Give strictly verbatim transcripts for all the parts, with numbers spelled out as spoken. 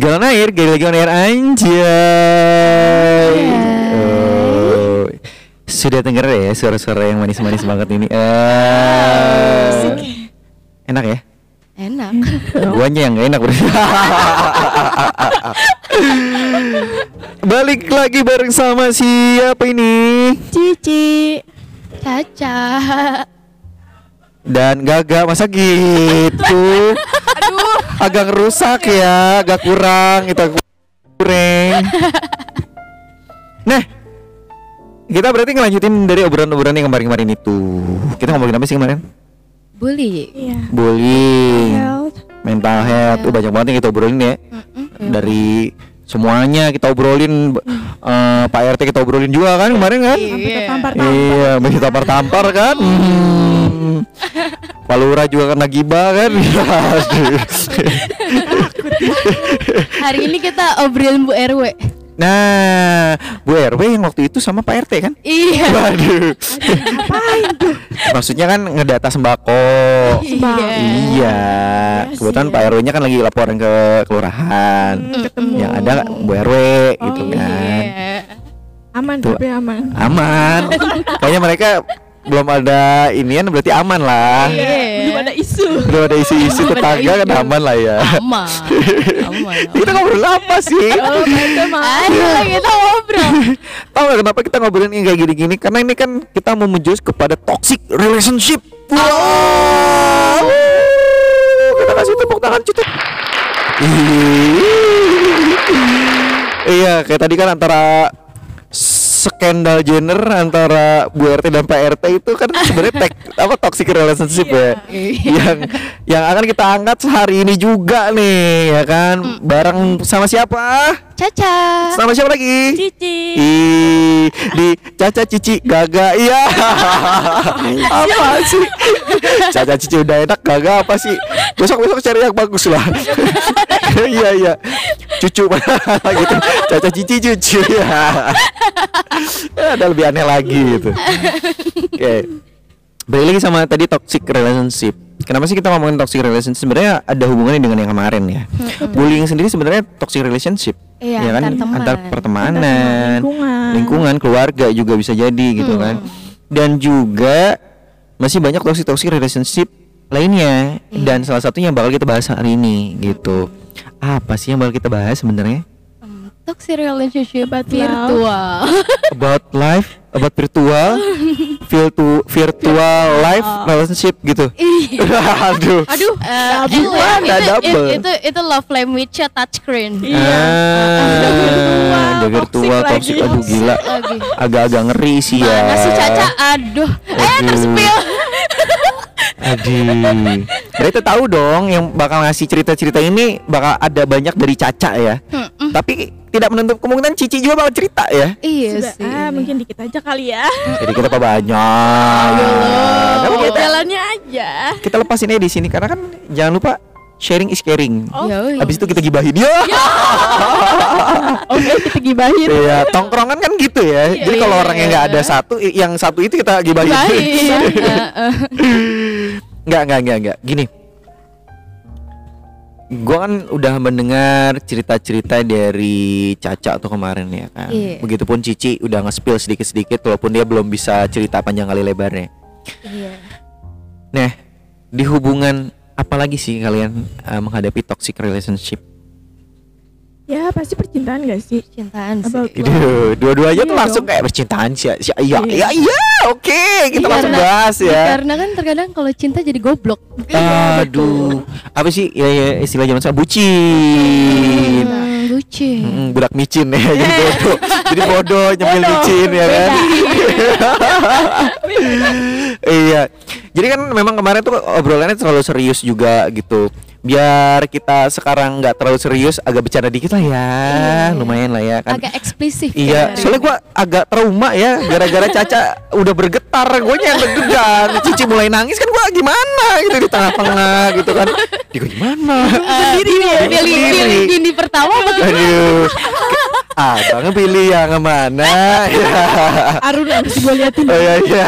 Galon air, gali lagi on air anjay. Oh. Sudah denger ya suara-suara yang manis-manis banget ini. Uh, enak ya? Enak. Guanya yang gak enak berarti. Balik lagi bareng sama siapa ini? Cici, Caca. Dan Gaga, masa gitu? Aduh, agak rusak ya, agak kurang, kita kurang. Nah, kita berarti ngelanjutin dari obrolan-obrolan yang kemarin-kemarin itu. Kita ngomongin apa sih kemarin? bully. iya. Bullying, Health. mental health, tuh banyak banget yang kita obrolin ya. Dari semuanya kita obrolin, uh, Pak R T kita obrolin juga kan kemarin kan? Sampai tertampar-tampar. Iya, masih tampar-tampar kan? Hmm. Pak Lurah juga kena gibah kan? Hari ini kita obrolin Bu R W. Nah, Bu R W yang waktu itu sama Pak R T kan? Iya. Waduh. Ngapain tuh? Maksudnya kan ngedata sembako. Sembako. Iya. Kebetulan sih. Pak R W-nya kan lagi laporan ke kelurahan. Ketemu. Yang ada Bu R W gitu Oh, kan. Iya. Aman Tuh. tapi aman. Aman. Kayaknya mereka belum ada inian berarti aman lah. Iya. Belum ada isu. Belum ada isu-isu Belum ada tetangga kan isu. aman lah ya. Aman. Aman. Kita ngobrol apa sih? Oh, kita mau. Ayo kita ngobrol. Tahu gak kenapa kita ngobrolin yang kayak gini-gini? Karena ini kan kita mau menjurus kepada toxic relationship. Wow. Kita kasih tepuk tangan cutek. Iya, kayak tadi kan antara skandal Jenner antara Bu R T dan Pak R T itu kan sebenarnya tek, apa toxic relationship ya. Yang yang akan kita angkat hari ini juga nih, ya kan? Bareng sama siapa? Caca. Sama siapa lagi? Cici. Ih, di Caca Cici Gaga. Iya. Apa sih? Caca Cici udah enak, Gaga apa sih? Besok-besok cari yang bagus lah. Iya iya. Cucu gitu. Caca Cici cucu. Ya. Ada lebih aneh lagi gitu. Oke. Balik lagi sama tadi toxic relationship. Kenapa sih kita ngomongin toxic relationship? Sebenarnya ada hubungannya dengan yang kemarin ya. Bullying sendiri sebenarnya toxic relationship. Iya, Ya kan antar teman. antar pertemanan, Lingkungan. lingkungan, keluarga juga bisa jadi gitu kan. Dan juga masih banyak toxic toxic relationship lainnya. Dan salah satunya yang bakal kita bahas hari ini gitu. Apa sih yang bakal kita bahas sebenarnya? Toxic relationship About virtual. About life, about virtual, virtu, virtual life relationship gitu. Aduh. Aduh, eh, Double, itu, ada itu, double. itu, itu, itu love language touchscreen. Iya. Ah, udah virtual, toxic toxic, lagi. aduh gila. Lagi. Agak-agak ngeri sih ya. Mana sih Caca? Aduh. Eh Aduh. terspill. Aduh. Berarti tahu dong yang bakal ngasih cerita-cerita ini bakal ada banyak dari Caca ya. Tapi tidak menutup kemungkinan Cici juga bakal cerita ya. Iya Sudah, sih. ah, mungkin dikit aja kali ya. Jadi kita apa banyak. Nggak apa-apa, kita, Jalannya aja. kita lepasin aja di sini karena kan jangan lupa sharing is caring. Oh. Yoi. Habis itu kita gibahin ya. Oke, kita gibahin. Iya, tongkrongan kan gitu ya. Jadi kalau orang yang nggak ada satu, i- yang satu itu kita gibahin. Baik. Eh, eh. Nggak, nggak, nggak, nggak. Gini. Gua kan udah mendengar cerita-cerita dari Caca tuh kemarin ya kan. Iya. Begitupun Cici udah nge-spill sedikit-sedikit walaupun dia belum bisa cerita panjang kali lebarnya. Iya. Nah, di hubungan apa lagi sih kalian uh, menghadapi toxic relationship? Ya, pasti percintaan gak sih? Cintaan sih. About Itu dua-duanya tuh Iya langsung dong. kayak percintaan sih. Si- Iya, iya, Iya. iya. Oke, kita Iya, langsung karena- bahas ya. Karena kan terkadang kalau cinta jadi goblok. Aduh, apa sih ya, ya istilah zaman sekarang bucin. Hmm, bucin. Mm, budak micin ya, jadi bodoh, jadi bodoh nyemil micin ya kan. Iya, jadi kan memang kemarin tuh obrolannya terlalu serius juga gitu. Biar kita sekarang nggak terlalu serius, agak bercanda dikit lah ya, lumayan lah ya kan. Agak eksplisit. Iya, ya. soalnya gua agak trauma ya, gara-gara Caca udah bergetar, gue yang deg-degan. Cici mulai nangis kan, gua gimana gitu di tengah-tengah gitu kan. Di gua gimana? Eh, pilih, pilih, pilih Dini pertama apa gimana? Aduh, abang pilih yang kemana? Ya. Arun harus gue liatin. Oh iya iya,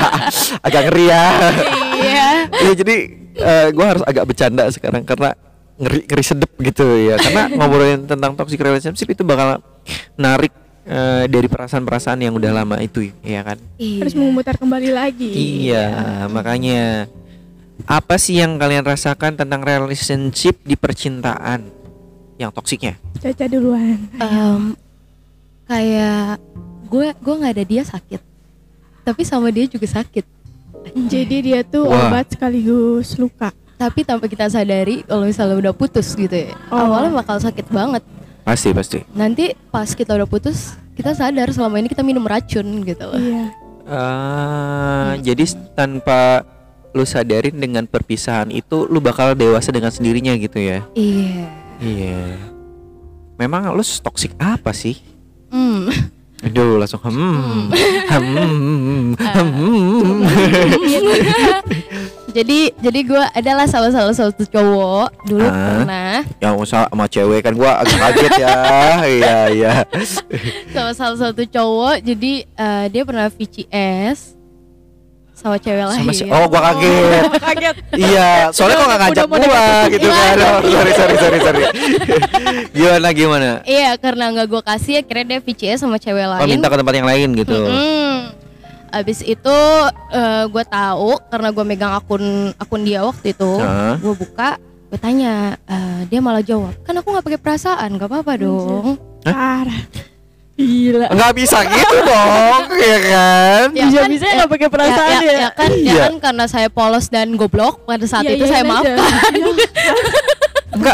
agak ngeri ya. Iya. Iya jadi uh, gue harus agak bercanda sekarang karena ngeri ngeri sedep gitu ya. Karena ngobrolin tentang toxic relationship itu bakal narik uh, dari perasaan-perasaan yang udah lama itu ya kan. Iya. Harus memutar kembali lagi. Iya, makanya apa sih yang kalian rasakan tentang relationship di percintaan yang toksiknya? Caca duluan. Em, kayak gue gue nggak ada dia sakit, tapi sama dia juga sakit. Jadi dia tuh Wah. obat sekaligus luka. Tapi tanpa kita sadari kalau misalnya udah putus gitu ya, Oh. awalnya bakal sakit banget. Pasti pasti. Nanti pas kita udah putus, kita sadar selama ini kita minum racun gitu loh. Iya. Ah, jadi s- tanpa lu sadarin dengan perpisahan itu lu bakal dewasa dengan sendirinya gitu ya. Iya. Iya. Memang lu toksik apa sih? Hmm. Aduh langsung hmm. Hmm. Hmm. jadi jadi gue adalah salah salah satu cowok dulu Ah. pernah Yang usah sama cewek kan gua agak kaget ya. Iya iya. sama salah satu cowok. Jadi eh, dia pernah V C S sama cewek lain. Sama si Oh gua kaget. Kaget. Iya, soalnya kok gak ngajak Udah mau gua negatif. gitu kan. Oh, sorry sorry sorry sorry. Gimana gimana? Iya, karena nggak gue kasih akhirnya dia V C S sama cewek lain. Oh, minta ke tempat yang lain gitu. Mm-mm. Abis itu gue tahu karena gue megang akun akun dia waktu itu, Hah? gue buka, gue tanya, eh, dia malah jawab, kan aku nggak pakai perasaan, nggak apa-apa dong. Parah. Gila. Enggak bisa gitu dong, ya kan? Ya Bisa kan, bisa ya- nggak pakai perasaan ya, ya. ya, ya kan, ya Iya. kan karena saya polos dan goblok pada saat Iya, itu iyain saya aja. maafkan. Enggak.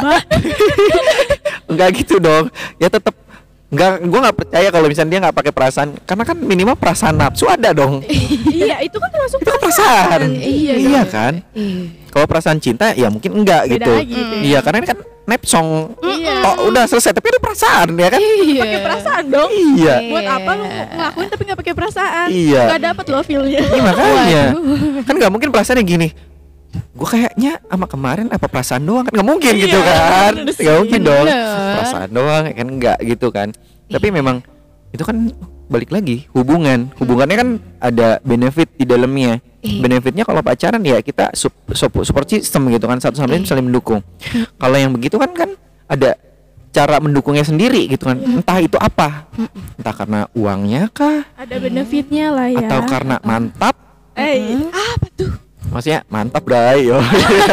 Enggak gitu dong. Ya tetap enggak, gua nggak percaya kalau misalnya dia nggak pakai perasaan, karena kan minimal perasaan nafsu ada dong. Iya, itu kan termasuk Itu kan perasaan. Iya, Iya dong. kan? Iya. Kalau perasaan cinta ya mungkin enggak Beda gitu. lagi gitu ya. Iya, karena ini kan nepsong. Iya. Oh, udah selesai tapi ada perasaan ya kan? Iya. Pakai perasaan dong. Iya. Buat apa lu ngelakuin tapi nggak pakai perasaan? Iya. Gak dapet lo feelnya. Iya makanya. Kan nggak mungkin perasaannya gini. Gue kayaknya sama kemarin apa perasaan doang kan nggak mungkin gitu Iya, kan? bener sih. Nggak mungkin dong. Bener. Perasaan doang kan enggak gitu kan. Tapi memang itu kan balik lagi hubungan. Hubungannya kan ada benefit di dalamnya. Iya. Benefitnya kalau pacaran ya kita sup, sup- support system gitu kan, satu sama lain Iya. saling mendukung. Kalau yang begitu kan kan ada cara mendukungnya sendiri gitu kan. Entah itu apa. Entah karena uangnya kah Ada benefitnya lah ya. atau karena mantap. Eh, apa tuh? Maksudnya mantap Bray. Yo.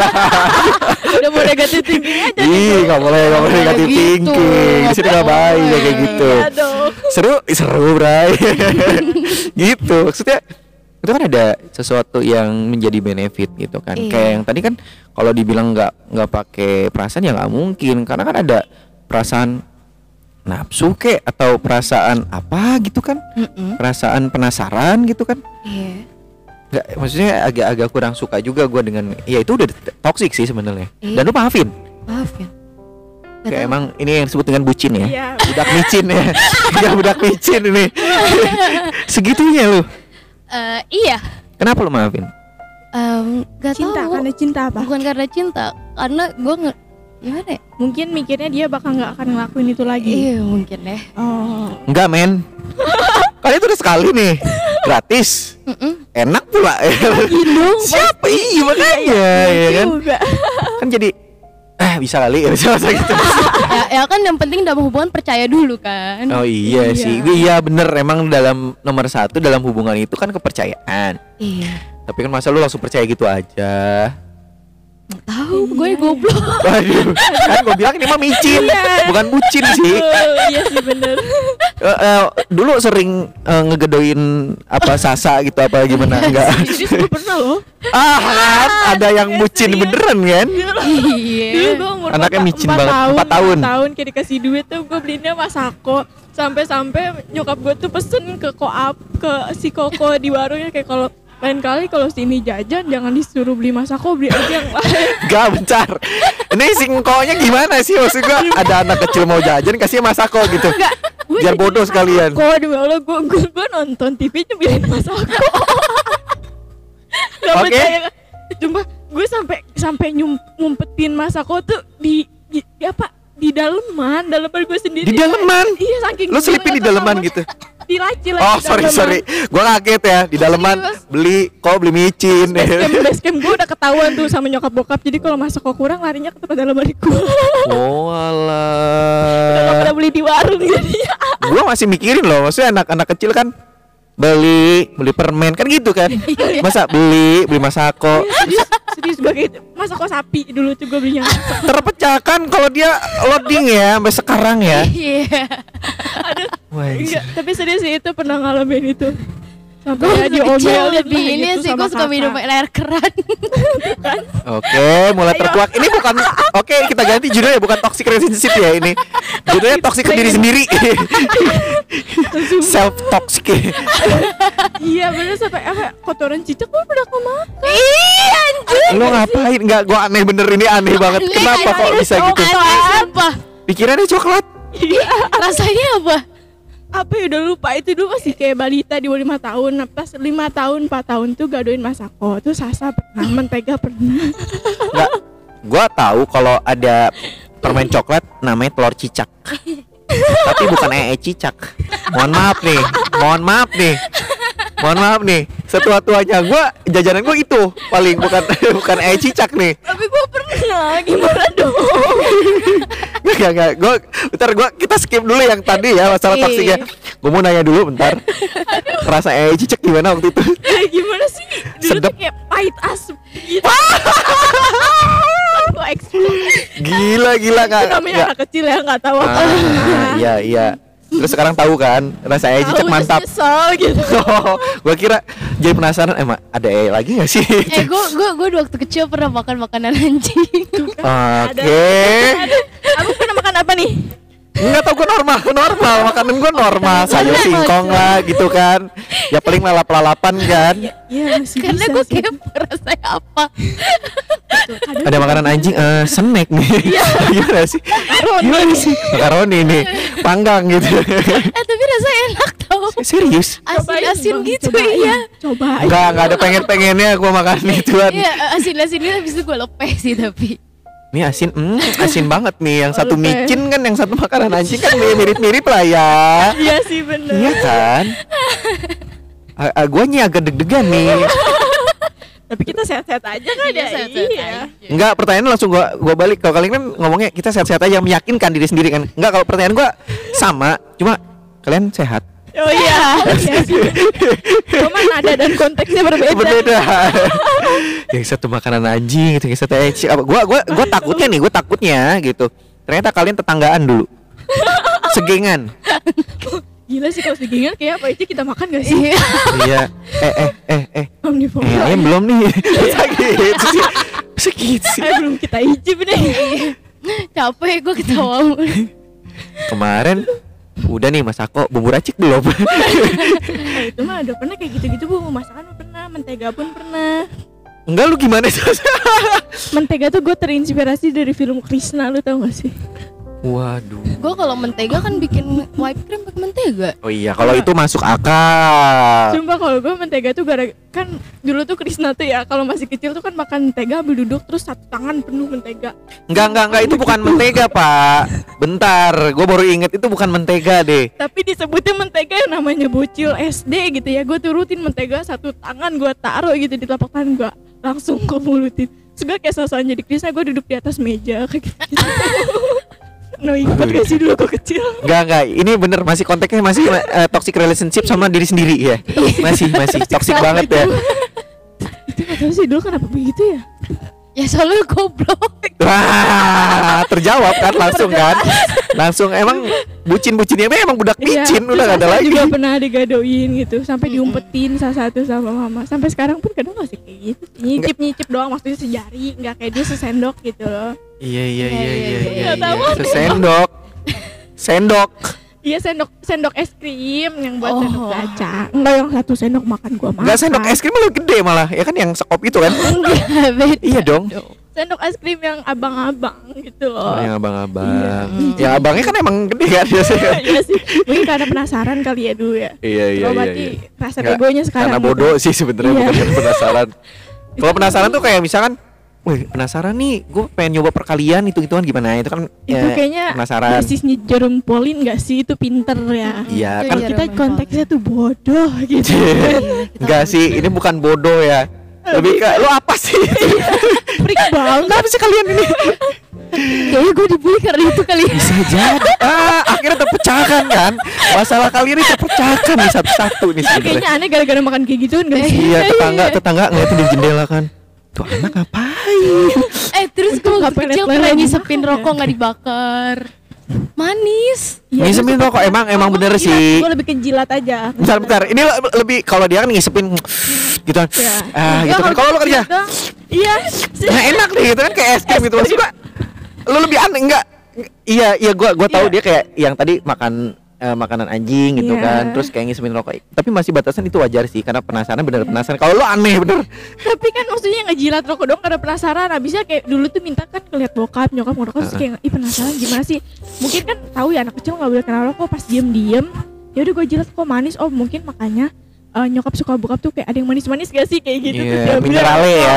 Udah mau negatif thinking aja. Ih, nggak boleh, nggak boleh negatif Gitu. thinking. Di sini nggak baik ya kayak gitu. Iya dong. Seru, ih, seru, Bray. Gitu. Maksudnya itu kan ada sesuatu yang menjadi benefit gitu kan. Iya. Kayak yang tadi kan kalau dibilang nggak nggak pakai perasaan ya nggak mungkin, karena kan ada perasaan nafsu kek atau perasaan apa gitu kan, Mm-mm. perasaan penasaran gitu kan. Iya. Nggak, maksudnya agak-agak kurang suka juga gue dengan ya itu udah toxic sih sebenarnya. Iya. Dan lu maafin. Maaf ya. Nggak Kayak tahu. emang ini yang disebut dengan bucin ya. Iya. Budak micin ya. Ya budak micin ini. Segitunya lu. Eh, iya. Kenapa lu maafin? Em, Gak Cinta tahu. karena cinta apa? Bukan karena cinta, karena gue nggak gimana ya? Mungkin mikirnya dia bakal nggak akan ngelakuin itu lagi. Iya mungkin deh. Oh. Enggak men. Kali itu udah sekali nih. Gratis. Mm-mm. Enak pula. Siapa? Iya makanya ya kan. Juga. Kan jadi eh bisa kali ya bisa gitu. ya, ya kan yang penting dalam hubungan percaya dulu kan. Oh iya, Iya. sih. Iya bener, emang dalam nomor satu dalam hubungan itu kan kepercayaan. Iya. Tapi kan masa lu langsung percaya gitu aja. Nggak tahu, gue goblok. Waduh, kan gue bilang ini mah micin, bukan bucin sih. Oh, iya sih bener. Eh, eh, dulu sering eh, ngegedoin apa Sasa gitu apa gimana enggak? Serius gue pernah loh. Ah kan ada yang bucin beneran kan? Iya. Dulu gue umur Anaknya empat- micin empat banget. tahun, Empat tahun. empat tahun kayak dikasih duit tuh gue beliinnya Masako. Sampai-sampai nyokap gue tuh pesen ke koap ke si Koko di warungnya kayak kalau lain kali kalau sini jajan jangan disuruh beli Masako, beli aja yang lain. Gak bentar. Ini singkongnya gimana sih maksud gua? Ada anak kecil mau jajan kasih Masako gitu. Gua Biar jadi bodoh sekalian. Masako, demi Allah gue gue, gue nonton T V nyembilin Masako. Gak Oke. percaya. Cuma gue sampai sampai nyum, ngumpetin Masako tuh di, di, di apa? Di daleman, daleman gue sendiri. Di daleman? Iya saking Lu selipin di gue daleman sama- gitu. di laci lah. Oh sorry sorry, gue kaget ya di daleman beli kok beli micin. Basecamp basecamp gue udah ketahuan tuh sama nyokap bokap, jadi kalau masak kok kurang larinya ke tempat dalam balik gue. Oh Udah alah. pada beli di warung jadi. Gue masih mikirin loh, maksudnya anak-anak kecil kan beli beli permen kan gitu kan, masa beli beli masako. Serius, serius sebagai masako sapi dulu tuh gue belinya. Terpecahkan kalau dia loading ya sampai sekarang ya. Iya. Wah, Enggak, tapi serius sih itu pernah ngalamin itu. Sampai Gue ya diomelin lebih lah ini gitu sih, sama gue suka kakak. minum air keran. Oke, mulai terkuak. Ini bukan oke, kita ganti judulnya bukan toxic relationship ya ini. Judulnya toxic ke diri sendiri. Self toxic. Iya bener, sampai apa kotoran cicak gue pernah kemakan. Iya anjir. Lo ngapain? Enggak, gua aneh bener ini aneh banget. Aneh, Kenapa kok aneh, bisa gitu? Aneh sumpah. Pikirannya coklat. Iya. Rasanya apa? Apa ya udah lupa, itu dulu masih kayak balita di bawah lima tahun. Nah, pas lima tahun empat tahun tuh gadoin masako. Tuh Sasa pernah, mentega pernah. Enggak. Gua tahu kalau ada permen coklat namanya telur cicak. Tapi bukan ee cicak. Mohon maaf nih. Mohon maaf nih. Mohon maaf nih. Setua-tuanya gua jajanan gua itu paling bukan bukan ee cicak nih. Tapi gue pernah, gimana dong? Enggak enggak. Gua bentar gua kita skip dulu yang tadi ya masalah Iya. toksiknya. Gua mau nanya dulu bentar. Rasa ee cicak gimana waktu itu? Kayak gimana sih? Dulu Sedep. tuh kayak pahit asem gitu. Gue explore. Gila gila Itu enggak. namanya anak kecil ya, nggak tahu apa. Ah, iya iya. Terus sekarang tahu kan rasa ee cicak Tahu, mantap. terus nyesel gitu. Oh, gua kira jadi penasaran emang ada ee lagi nggak sih? Eh gue gue gue waktu kecil pernah makan makanan anjing. Oke. Aku pernah makan apa nih? Enggak tau, gue normal, normal, makanan gue normal, sayur singkong lah gitu kan. Ya paling lalap-lalapan kan. Iya masih Karena bisa gue sih. kepo rasanya apa. Kadang Ada makanan anjing, eh snack nih. Gimana sih? Gimana sih? Makaroni nih, panggang gitu. Eh tapi rasanya enak tau. Serius? Cobain, Asin-asin Bang, gitu cobain. iya. Coba. Enggak, enggak ada pengen-pengennya gue makan gituan. Iya asin-asinnya habis itu gue lepeh sih tapi. Ini asin, hmm, asin banget nih. Yang satu Oke. micin kan, yang satu makanan anjing kan mirip-mirip lah ya. Iya sih bener. Iya kan? A- a- Gue nih agak deg-degan nih. Tapi kita sehat-sehat aja kan Iya, ya. sehat-sehat Iya. aja. Enggak, pertanyaan langsung gua gua balik. Kalau kalian kan ngomongnya kita sehat-sehat aja, meyakinkan diri sendiri kan. Enggak, kalau pertanyaan gua sama, cuma kalian sehat. Oh iya. Iya sih. Cuman nada dan konteksnya berbeda. Berbeda. Yang satu makanan anjing, gitu, yang satu eci. Apa? Gua gua gua takutnya nih, gua takutnya gitu. Ternyata kalian tetanggaan dulu. Segengan. Gila sih kalau segengan kayak apa aja kita makan gak sih? Iya. Iya. Eh eh eh eh. Omnivore. Eh, ayam belum nih. Sakit sih. Sakit sih. Eh, belum kita icip nih. Capek gue ketawa mulu. Kemarin udah nih Masako, bumbu racik belum? Eh, itu mah udah pernah kayak gitu-gitu bu. Masakan pernah, mentega pun pernah. Enggak, lu gimana sih? Mentega tuh gue terinspirasi dari film Krishna, lu tau gak sih? Waduh. Gue kalau mentega kan bikin whipped cream pakai mentega. Oh iya, kalau itu masuk akal. Sumpah kalau gue mentega tuh gara kan dulu tuh Krishna tuh ya kalau masih kecil tuh kan makan mentega ambil duduk terus satu tangan penuh mentega. Enggak, enggak, enggak, itu bukan mentega, Pak. Bentar, gue baru inget itu bukan mentega deh. Tapi disebutnya mentega yang namanya bocil S D gitu ya. Gue turutin mentega satu tangan gue taruh gitu di telapak tangan gue langsung ke mulutin. Terus gue kayak sosokan jadi Krishna, gue duduk di atas meja kayak gitu. No ikut gak sih dulu gue kecil. Enggak, enggak, ini bener masih konteksnya masih eh, toxic relationship sama diri sendiri ya. Masih, masih toxic banget ya. Itu gak tau sih dulu kenapa begitu ya. Ya soalnya goblok. Wah, terjawab kan langsung kan. Langsung emang bucin-bucinnya emang budak micin, Iya, udah gak ada terus lagi. juga pernah digadoin gitu sampai diumpetin salah satu sama mama. Sampai sekarang pun kadang masih kayak gitu. Nyicip-nyicip doang, maksudnya sejari, nggak kayak dia sesendok gitu loh. Iya, iya, iya, iya, iya. Nggak tahu. iya. Sendok. Sendok. Iya sendok sendok es krim yang buat Oh. sendok kaca. Enggak yang satu sendok makan gua makan. Enggak, sendok es krim lu gede malah. Ya kan yang sekop itu kan. Enggak beda. Iya dong. Sendok es krim yang abang-abang gitu loh. Oh, yang abang-abang. Iya. Ya abangnya kan emang gede kan biasanya. Iya sih. Mungkin karena penasaran kali ya dulu ya. Iya, iya, Kalau iya, berarti iya. rasa Nggak, begonya sekarang. karena gitu. bodoh sih sebenarnya, Iya. bukan karena penasaran. Kalau penasaran tuh kayak misalkan wih penasaran nih, gue pengen nyoba perkalian hitung-hitungan gimana. Itu kan Itu ya, kayaknya penasaran. basisnya Jerome Pauline gak sih? Itu pinter ya. Iya Itu kan. Jerome Kita Pauline. konteksnya tuh bodoh gitu. Enggak sih, ini bukan bodoh ya. Lebih ke lu apa sih? Freak banget. Kenapa sih kalian ini? Kayaknya gue dibully karena itu kali. Bisa jadi. Ah, akhirnya terpecahkan kan. Masalah kalian ini terpecahkan nih satu-satu nih sebenarnya. Kayaknya aneh gara-gara makan kayak gituan gak sih? Iya, tetangga tetangga ngeliatin di jendela kan. Tuh anak ngapain? Eh terus gue Untung waktu nggak kecil pelet-pelet pernah dimakan ngisepin ya. rokok nggak dibakar. Manis. Ngisepin rokok emang emang bener sih. Gue lebih ke jilat aja. Bentar bentar. Ini le- lebih kalau dia kan ngisepin gitu kan. Iya. Ah, Ya, gitu kan. Kalau lu kerja, Iya. nah enak nih gitu kan kayak es krim gitu. Maksud gua lu lebih aneh enggak? Iya, iya gua gua tahu Iya. dia kayak yang tadi makan eh, makanan anjing gitu Iya. kan. Terus kayak ngisepin rokok. Tapi masih batasan itu wajar sih karena penasaran bener penasaran. Kalau lu aneh bener. Tapi kan maksudnya ngejilat rokok dong karena penasaran. Abisnya kayak dulu tuh minta kan ngeliat bokap, nyokap ngerokok terus kayak ih penasaran gimana sih. Mungkin kan tahu ya anak kecil nggak boleh kenal rokok pas diem-diem. Ya udah gue jilat kok manis. Oh mungkin makanya eh, nyokap suka bokap tuh kayak ada yang manis-manis gak sih kayak gitu. Terus dia Iya, bilang, minerale ya.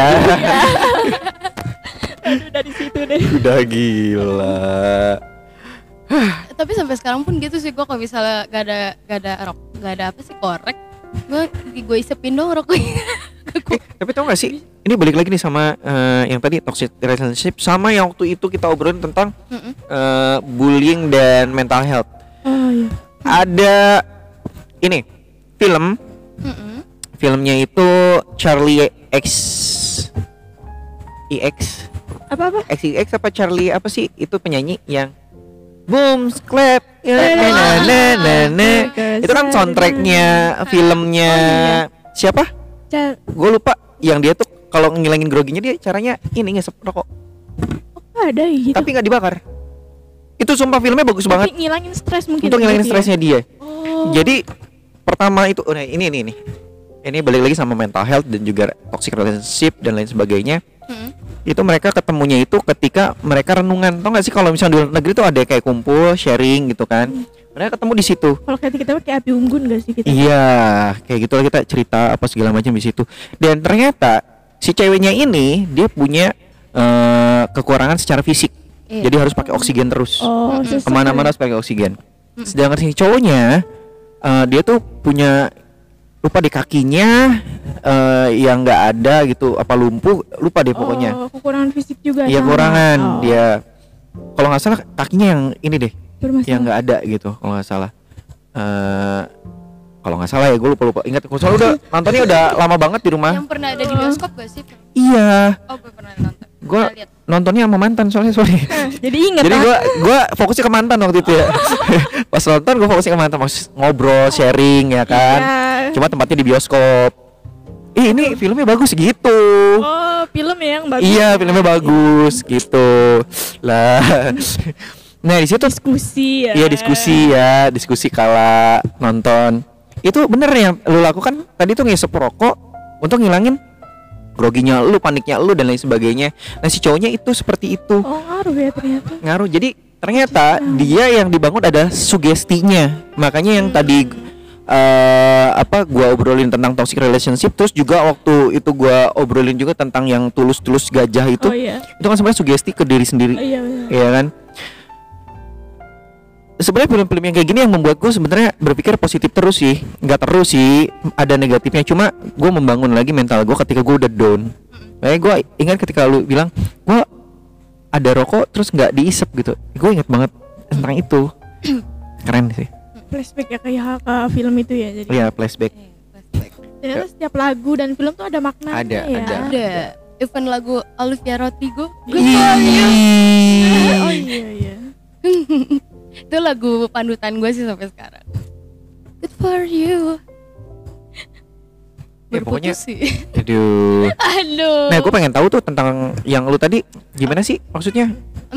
Aduh dari situ deh. Udah gila. Tapi sampai sekarang pun gitu sih gue kalau misalnya gak ada gak ada rok gak ada apa sih korek, gue gue isepin dong rokoknya. Eh, tapi tau gak sih, ini balik lagi nih sama eh, yang tadi toxic relationship sama yang waktu itu kita obrolin tentang Mm-mm. eh, bullying dan mental health. Oh iya. Ada ini film, Mm-mm. filmnya itu Charlie X I X Apa apa? X I X apa Charlie apa sih itu penyanyi yang boom clap ya, na, na, na, na, na. Itu kan soundtracknya filmnya siapa? Ca- Gue lupa yang dia tuh kalau ngilangin groginya dia caranya ini ngesep rokok oh, ada ya gitu. tapi nggak dibakar. Itu sumpah filmnya bagus Tapi banget ngilangin stres mungkin. untuk ngilangin berarti ya? stresnya dia. Oh. Jadi pertama itu nah ini ini ini ini balik lagi sama mental health dan juga toxic relationship dan lain sebagainya. Mm-mm. Itu mereka ketemunya itu ketika mereka renungan. Tau gak sih kalau misalnya di luar negeri tuh ada kayak kumpul sharing gitu kan. Mereka ketemu di situ. Kalau kayak kita kayak api unggun gak sih kita? Iya, kayak gitu lah kita cerita apa segala macam di situ. Dan ternyata si ceweknya ini dia punya eh, kekurangan secara fisik. Iya. Jadi harus pakai oksigen terus. Oh, sesak Kemana-mana harus pakai oksigen. Sedangkan si cowoknya eh, dia tuh punya lupa di kakinya eh, yang nggak ada gitu, apa lumpuh, lupa deh pokoknya. Oh, kekurangan fisik juga. Iya sama. kekurangan Oh, dia. Kalau nggak salah kakinya yang ini deh, bermasalah. yang nggak ada gitu kalau nggak salah. Eh kalau nggak salah ya gue lupa lupa ingat. Soalnya udah nontonnya udah lama banget di rumah. Yang pernah ada di bioskop gak sih? Iya, Oh gue pernah nonton. gue Pernah lihat. nontonnya sama mantan soalnya sorry. Eh, jadi inget Jadi ah. gue gue fokusnya ke mantan waktu itu ya. Pas nonton gue fokusnya ke mantan, pas ngobrol, sharing ya kan. Iya. Cuma tempatnya di bioskop. Ih ini filmnya bagus gitu. Oh, film yang bagus. Iya filmnya bagus gitu lah. Nah di situ Diskusi ya. iya diskusi ya, diskusi kala nonton. Itu bener yang lu lakukan tadi tuh ngisep rokok untuk ngilangin groginya lu, paniknya lu dan lain sebagainya. Nah si cowoknya itu seperti itu. Oh, ngaruh ya ternyata. Ngaruh. Jadi ternyata dia yang dibangun ada sugestinya. Makanya yang tadi eh apa gua obrolin tentang toxic relationship, terus juga waktu itu gua obrolin juga tentang yang tulus-tulus gajah itu. Oh iya. Itu kan sebenarnya sugesti ke diri sendiri. Oh, iya benar. Iya kan? Sebenarnya film-film yang kayak gini yang membuat gue sebenarnya berpikir positif terus sih. Nggak terus sih, ada negatifnya. Cuma gue membangun lagi mental gue ketika gue udah down. Makanya gue ingat ketika lu bilang gue ada rokok terus nggak diisep gitu. Gue ingat banget tentang itu. Keren sih. Flashback ya kayak ke film itu ya. Jadi Iya flashback. Eh, flashback. ternyata setiap lagu dan film tuh ada maknanya Ada, ya. ada. Ada. Even lagu Olivia Rodrigo. Good Ih. for you. Oh iya iya. Itu lagu pandutan gue sih sampai sekarang. Good for you. Ya, pokoknya- Berputus sih. Aduh. Aduh. Nah gue pengen tahu tuh tentang yang lu tadi gimana sih maksudnya? Hmm?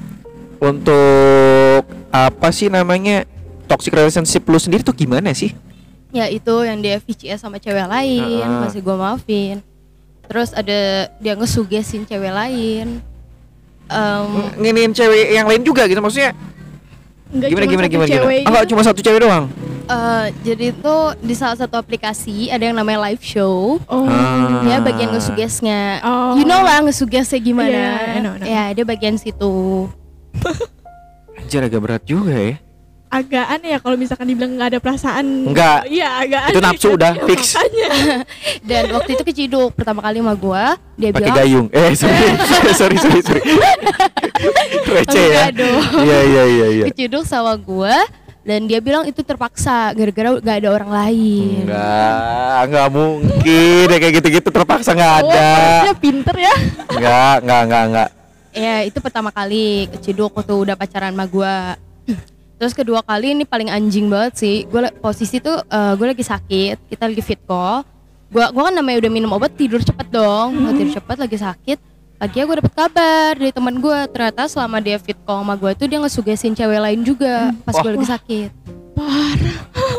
Untuk apa sih namanya toxic relationship lu sendiri tuh gimana sih? Ya itu yang dia V C S sama cewek lain, Ah. masih gue maafin. Terus ada dia ngesugesin cewek lain. Em, Nginin cewek yang lain juga gitu maksudnya? Enggak Gimana cuma gimana satu gimana? gimana? cewek Ah, nggak gitu. cuma satu cewek doang. Eh, jadi itu di salah satu aplikasi ada yang namanya live show. Oh. Ah. Ya bagian ngesugesnya. Oh. You know lah ngesugesnya gimana. Iya, I know, I know. Ya dia bagian situ. Anjir agak berat juga ya. Agak aneh ya kalau misalkan dibilang nggak ada perasaan. Enggak. Iya agak aneh. Itu nafsu udah fix. Dan waktu itu keciduk pertama kali sama gua, dia Pakai bilang gayung. Eh sorry sorry sorry sorry. Receh ya. enggak dong. Iya iya iya iya. Keciduk sama gua dan dia bilang itu terpaksa gara-gara gak ada orang lain. Enggak, enggak mungkin ya kayak gitu-gitu terpaksa nggak ada. Dia pinter ya. Enggak, enggak, enggak, enggak. Ya itu pertama kali keciduk waktu udah pacaran sama gua. Terus kedua kali ini paling anjing banget sih. Gue posisi tuh uh, gue lagi sakit, kita lagi fit call. Gua gua kan namanya udah minum obat tidur cepet dong. Gua tidur cepet lagi sakit. Pagi gue dapet kabar dari teman gue, ternyata selama dia fit call sama gue tuh dia ngesugesin cewek lain juga pas gue lagi sakit. Parah.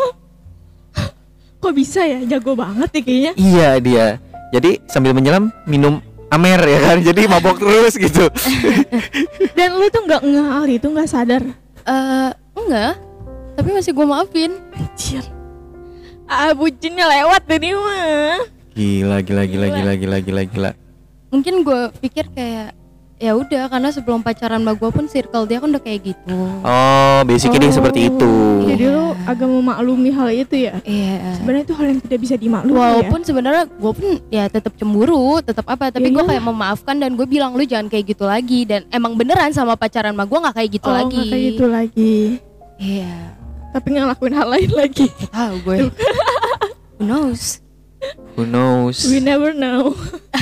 Kok bisa ya? Jago banget ya kayaknya. Iya dia. Jadi sambil menyelam minum Amer ya kan. Jadi mabok terus gitu. Dan lu tuh nggak ngehal itu nggak sadar. Eh enggak, tapi masih gue maafin. Anjir. Ah bucinnya lewat ini mah. Gila, gila, gila, gila, gila, gila, gila. Mungkin gue pikir kayak ya udah karena sebelum pacaran sama gue pun circle dia kan udah kayak gitu. Oh, basicnya dia seperti itu. Jadi lu agak memaklumi hal itu ya. Iya. Sebenarnya itu hal yang tidak bisa dimaklumi. Walaupun ya. sebenarnya gue pun ya tetap cemburu, tetap apa, tapi Ya gue iyalah. kayak memaafkan dan gue bilang lu jangan kayak gitu lagi, dan emang beneran sama pacaran sama gue nggak kayak gitu oh, lagi. nggak kayak gitu lagi. Iya. Tapi ngelakuin hal lain lagi. Gak tahu gue. Who knows? Who knows? We never know.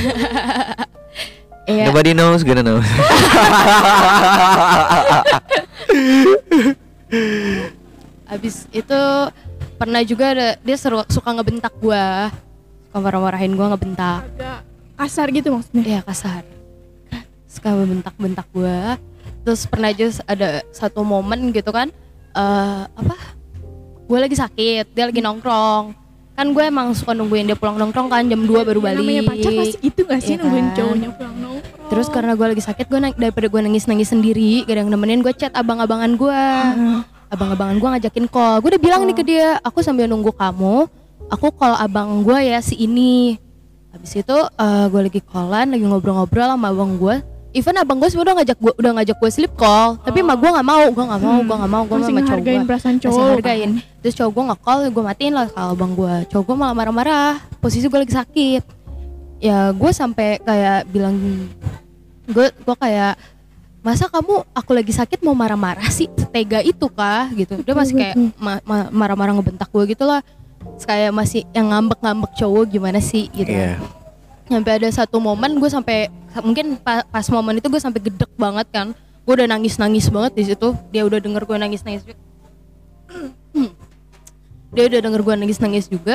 Iya. Nobody knows, gonna know. Abis itu pernah juga ada, dia seru, suka ngebentak gue, suka marah-marahin gue, ngebentak. Agak kasar gitu maksudnya. Iya kasar. Suka bentak-bentak gue. Terus pernah aja ada satu momen gitu kan, eh apa? Gue lagi sakit, dia lagi nongkrong. Kan gue emang suka nungguin dia pulang nongkrong kan jam dua baru Ya, balik. namanya pacar pasti gitu gak sih, Iya nungguin kan? cowoknya pulang nongkrong. Terus karena gue lagi sakit, gue nang- daripada gue nangis-nangis sendiri, gak ada yang nemenin, gue chat abang-abangan gue. Abang-abangan gue ngajakin call. Gue udah bilang nih ke dia, aku sambil nunggu kamu, aku call abang gue ya si ini. Habis itu uh, gue lagi callan, lagi ngobrol-ngobrol sama abang gue. Even abang gue sebenarnya udah ngajak gue, udah ngajak gue sleep call, tapi mah gue nggak mau, gue nggak mau, gue nggak mau, gue Masih sama cowok ngehargain gue. perasaan Masih cowok. hargain. Terus cowok gue nge-call, gue matiin lah kalau abang gue. Cowok gue malah marah-marah, posisi gue lagi sakit. Ya gue sampai kayak bilang, gue gue kayak, masa kamu aku lagi sakit mau marah-marah sih, setega itu kah gitu. Dia masih kayak ma- ma- marah-marah ngebentak gue gitu lah. Terus kayak masih yang ngambek-ngambek cowok gimana sih gitu. Iya. Sampai ada satu momen gue sampai, mungkin pa- pas momen itu gue sampai gedek banget kan. Gue udah nangis-nangis banget di situ. Dia udah denger gue nangis-nangis juga. Dia udah denger gue nangis-nangis juga.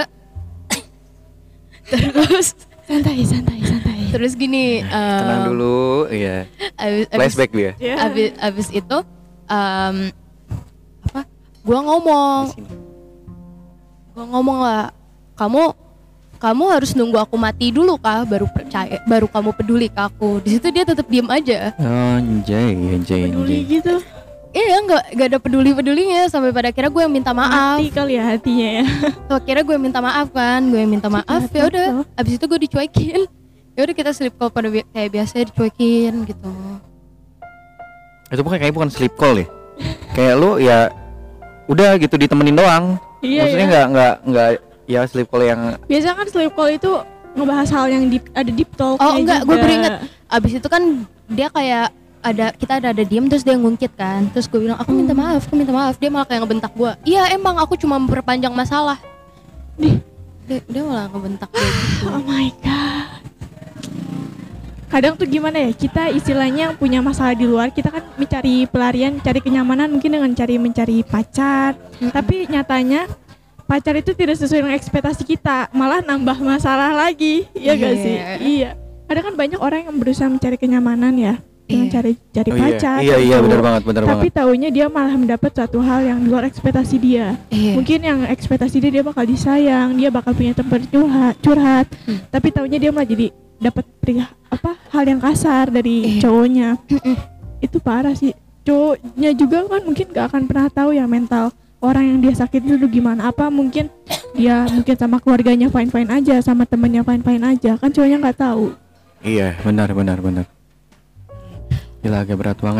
Terus Santai, santai, santai. terus gini, um, Tenang dulu, iya. abis, abis, Flashback dia. Ya. abis, abis itu um, apa? Gue ngomong, gue ngomong lah, kamu kamu harus nunggu aku mati dulu kah baru percaya, baru kamu peduli ke aku. Di situ dia tetap diem aja. Anjay, anjay, Peduli anjay. gitu. Iya nggak nggak ada peduli pedulinya sampai pada akhirnya gue yang minta maaf. Mati kali ya hatinya ya. Tuh akhirnya gue yang minta maaf kan, gue yang minta maaf. Ya udah, abis itu gue dicuekin. Ya udah kita sleep call pada bi- kayak biasa dicuekin gitu. Itu bukan kayak bukan sleep call ya. Kayak lu ya udah gitu ditemenin doang. Iya, Maksudnya iya. nggak nggak nggak ya sleep call yang Biasa kan sleep call itu ngebahas hal yang deep, ada deep talk. Oh enggak, gue baru inget. Abis itu kan dia kayak ada kita ada ada diem terus dia ngungkit kan. Terus gue bilang aku minta maaf, aku minta maaf. Dia malah kayak ngebentak gue. Iya emang aku cuma memperpanjang masalah. Nih, Dia, dia malah ngebentak gue gitu. oh my god. Kadang tuh gimana ya, kita istilahnya yang punya masalah di luar, kita kan mencari pelarian, cari kenyamanan mungkin dengan cari mencari pacar. Tapi nyatanya pacar itu tidak sesuai dengan ekspektasi kita, malah nambah masalah lagi. Iya gak Iya. sih? Iya. Kadang kan banyak orang yang berusaha mencari kenyamanan ya, dengan Iya. cari cari Oh, iya. pacar. Iya iya gitu. benar banget benar Tapi banget. taunya dia malah mendapat suatu hal yang di luar ekspektasi dia. Iya. Mungkin yang ekspektasi dia dia bakal disayang, dia bakal punya tempat curhat, curhat. Hmm. Tapi taunya dia malah jadi dapat pri- apa hal yang kasar dari Iya. cowoknya. Itu parah sih. Cowoknya juga kan mungkin gak akan pernah tahu ya mental orang yang dia sakit itu gimana, apa mungkin dia mungkin sama keluarganya fine fine aja, sama temennya fine fine aja, kan cowoknya nggak tahu. Iya, benar benar benar. Gila, agak berat banget.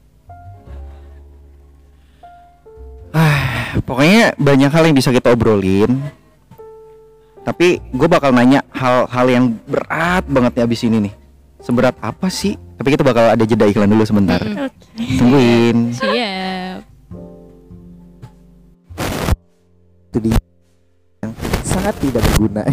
Ah, pokoknya banyak hal yang bisa kita obrolin. Tapi gue bakal nanya hal-hal yang berat banget nih abis ini nih. Seberat apa sih? Tapi kita bakal ada jeda iklan dulu sebentar. Mm-mm. Tungguin. Siap. Itu dia yang sangat tidak berguna.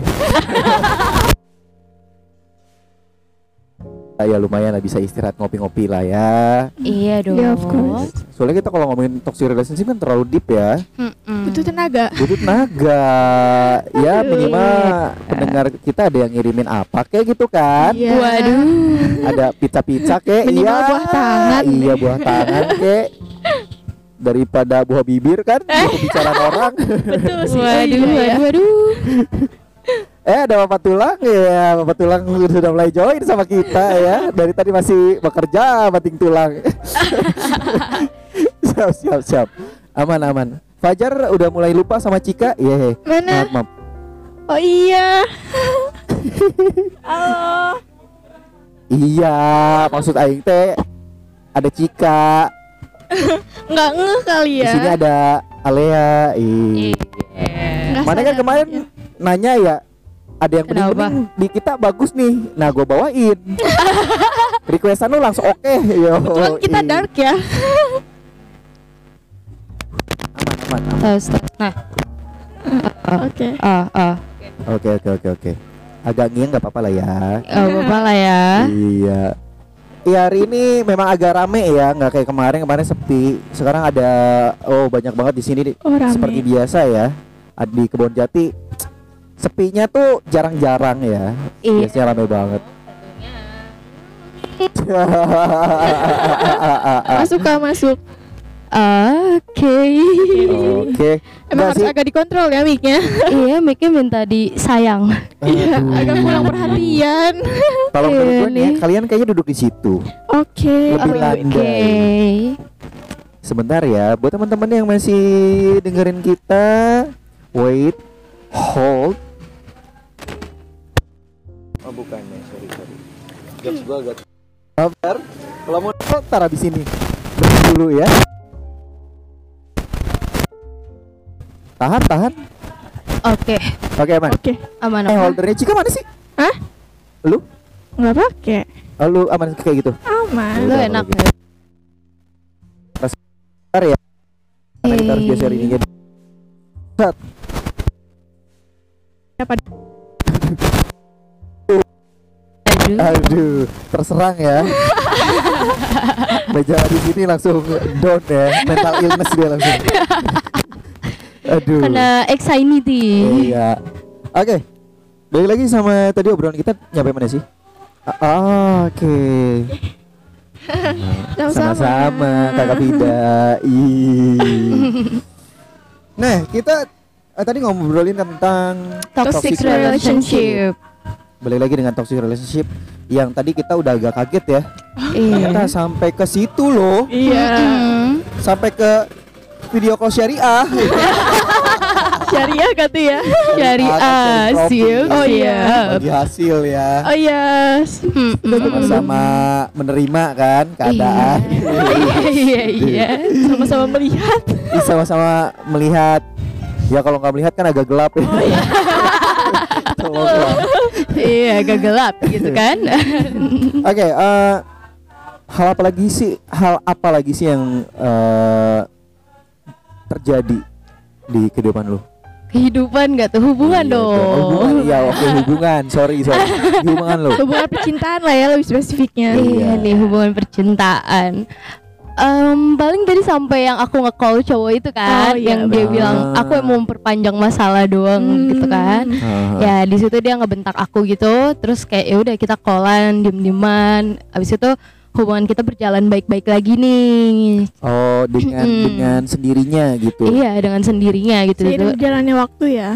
Ya lumayan lah, bisa istirahat ngopi-ngopi lah ya. Iya dong. Yeah, of course. Soalnya kita kalau ngomongin toxic relationship kan terlalu deep ya. Mm-mm. Butuh tenaga. Butuh tenaga. Ya minimal pendengar kita ada yang ngirimin apa kayak gitu kan. Iya. Waduh. Ada pizza-pizza kayak Minimal iya. buah tangan. Iya, buah tangan kayak daripada buah bibir kan itu bicara orang. Betul sih. Waduh, Iya, ya. waduh, waduh. Eh ada Bapak Tulang ya, Bapak Tulang sudah mulai join sama kita ya. Dari tadi masih bekerja Bating Tulang. Siap siap siap. Aman aman. Fajar udah mulai lupa sama Cika. Iya. Mana? Maaf, maaf. Oh iya. Halo. Iya, maksud aing teh ada Cika. Nggak ngeh kali Di ya. sini ada Alea. Ih. Nggak Mana kan sadar kemarin aja. nanya ya, ada yang Kenapa? bening-bening di kita bagus nih. Nah, gue bawain. Requestan lu langsung oke. Yo. Kebetulan kita ih. dark ya. Aman, aman, aman. Tes, tes. Nah. Oke. Ah, ah. Oke, oke, oke, oke. Agak ngiang nggak apa-apa lah ya. Oh, apa lah ya. Iya. Iya, hari ini memang agak rame ya, nggak kayak kemarin. Kemarin sepi. Sekarang ada oh banyak banget di sini. Oh, rame. Seperti biasa ya. Di Kebon Jati sepinya tuh jarang-jarang ya. Iya. Biasanya rame banget. Masuk kak, masuk. Oke. Oke. Emang Nggak harus sih. agak dikontrol ya mic-nya. Iya, mic-nya minta disayang. Iya, Aduh. agak kurang perhatian. Kalau menurut gue Iya nih, nih. kalian kayaknya duduk di situ. Oke. Lebih oke. landai. Sebentar ya, buat teman-teman yang masih dengerin kita, wait, hold. Oh bukan ya, sorry sorry. Gaps gua agak. Sabar. Kalau mau taruh di sini. Berhenti dulu ya. Tahan, tahan. Oke, Oke, aman. Oke. aman Eh, aman. holdernya Cika mana sih? Hah? Lu? Nggak pakai. Oh, lu aman kayak gitu. Aman. Lu Udah, enak kalau gitu. Bentar ya. Karena kita harus geser ininya. Set. Siapa? Aduh. Aduh, terserang ya. Meja di sini langsung down ya, mental illness dia langsung. Aduh. Kena anxiety. Iya. Oke. Balik lagi sama tadi obrolan kita nyampe mana sih? Ah, Oke. Sama-sama. Sama-sama Kakak Vida. Ih. Nah, kita eh, tadi ngobrolin tentang Toxic relationship. Balik lagi dengan toxic relationship yang tadi kita udah agak kaget ya. Ternyata Iya. sampai ke situ loh. Iya. Mm-mm. Sampai ke video call syariah. Syariah kata ya. Syariah, siap. Oh, iya. Bagi hasil ya. Oh iya. Mm-mm. Sama-sama menerima kan keadaan. Iya, iya. Sama-sama melihat. Ih, sama-sama melihat. Ya kalau nggak melihat kan agak gelap ya. Oh iya. Tolonglah. Iya, agak gelap gitu kan. Oke, eh, hal apa lagi sih? Hal apa lagi sih yang eh, terjadi di kehidupan lu? Kehidupan gak tuh hubungan Iya, dong. Oh, hubungan, iya oke hubungan. Sorry sorry. Hubungan lu. Hubungan percintaan lah ya lebih spesifiknya. Iya Iya. nih, hubungan percintaan. Em, paling tadi sampai yang aku nge-call cowok itu kan, Oh, iya, yang dia benar. bilang aku yang mau memperpanjang masalah doang Hmm. gitu kan. Ah. Ya di situ dia ngebentak aku gitu, terus kayak ya udah kita callan, diem-dieman. Abis itu hubungan kita berjalan baik-baik lagi nih. Oh, dengan Mm-mm. dengan sendirinya gitu. Iya, dengan sendirinya gitu. Seiring berjalannya waktu ya.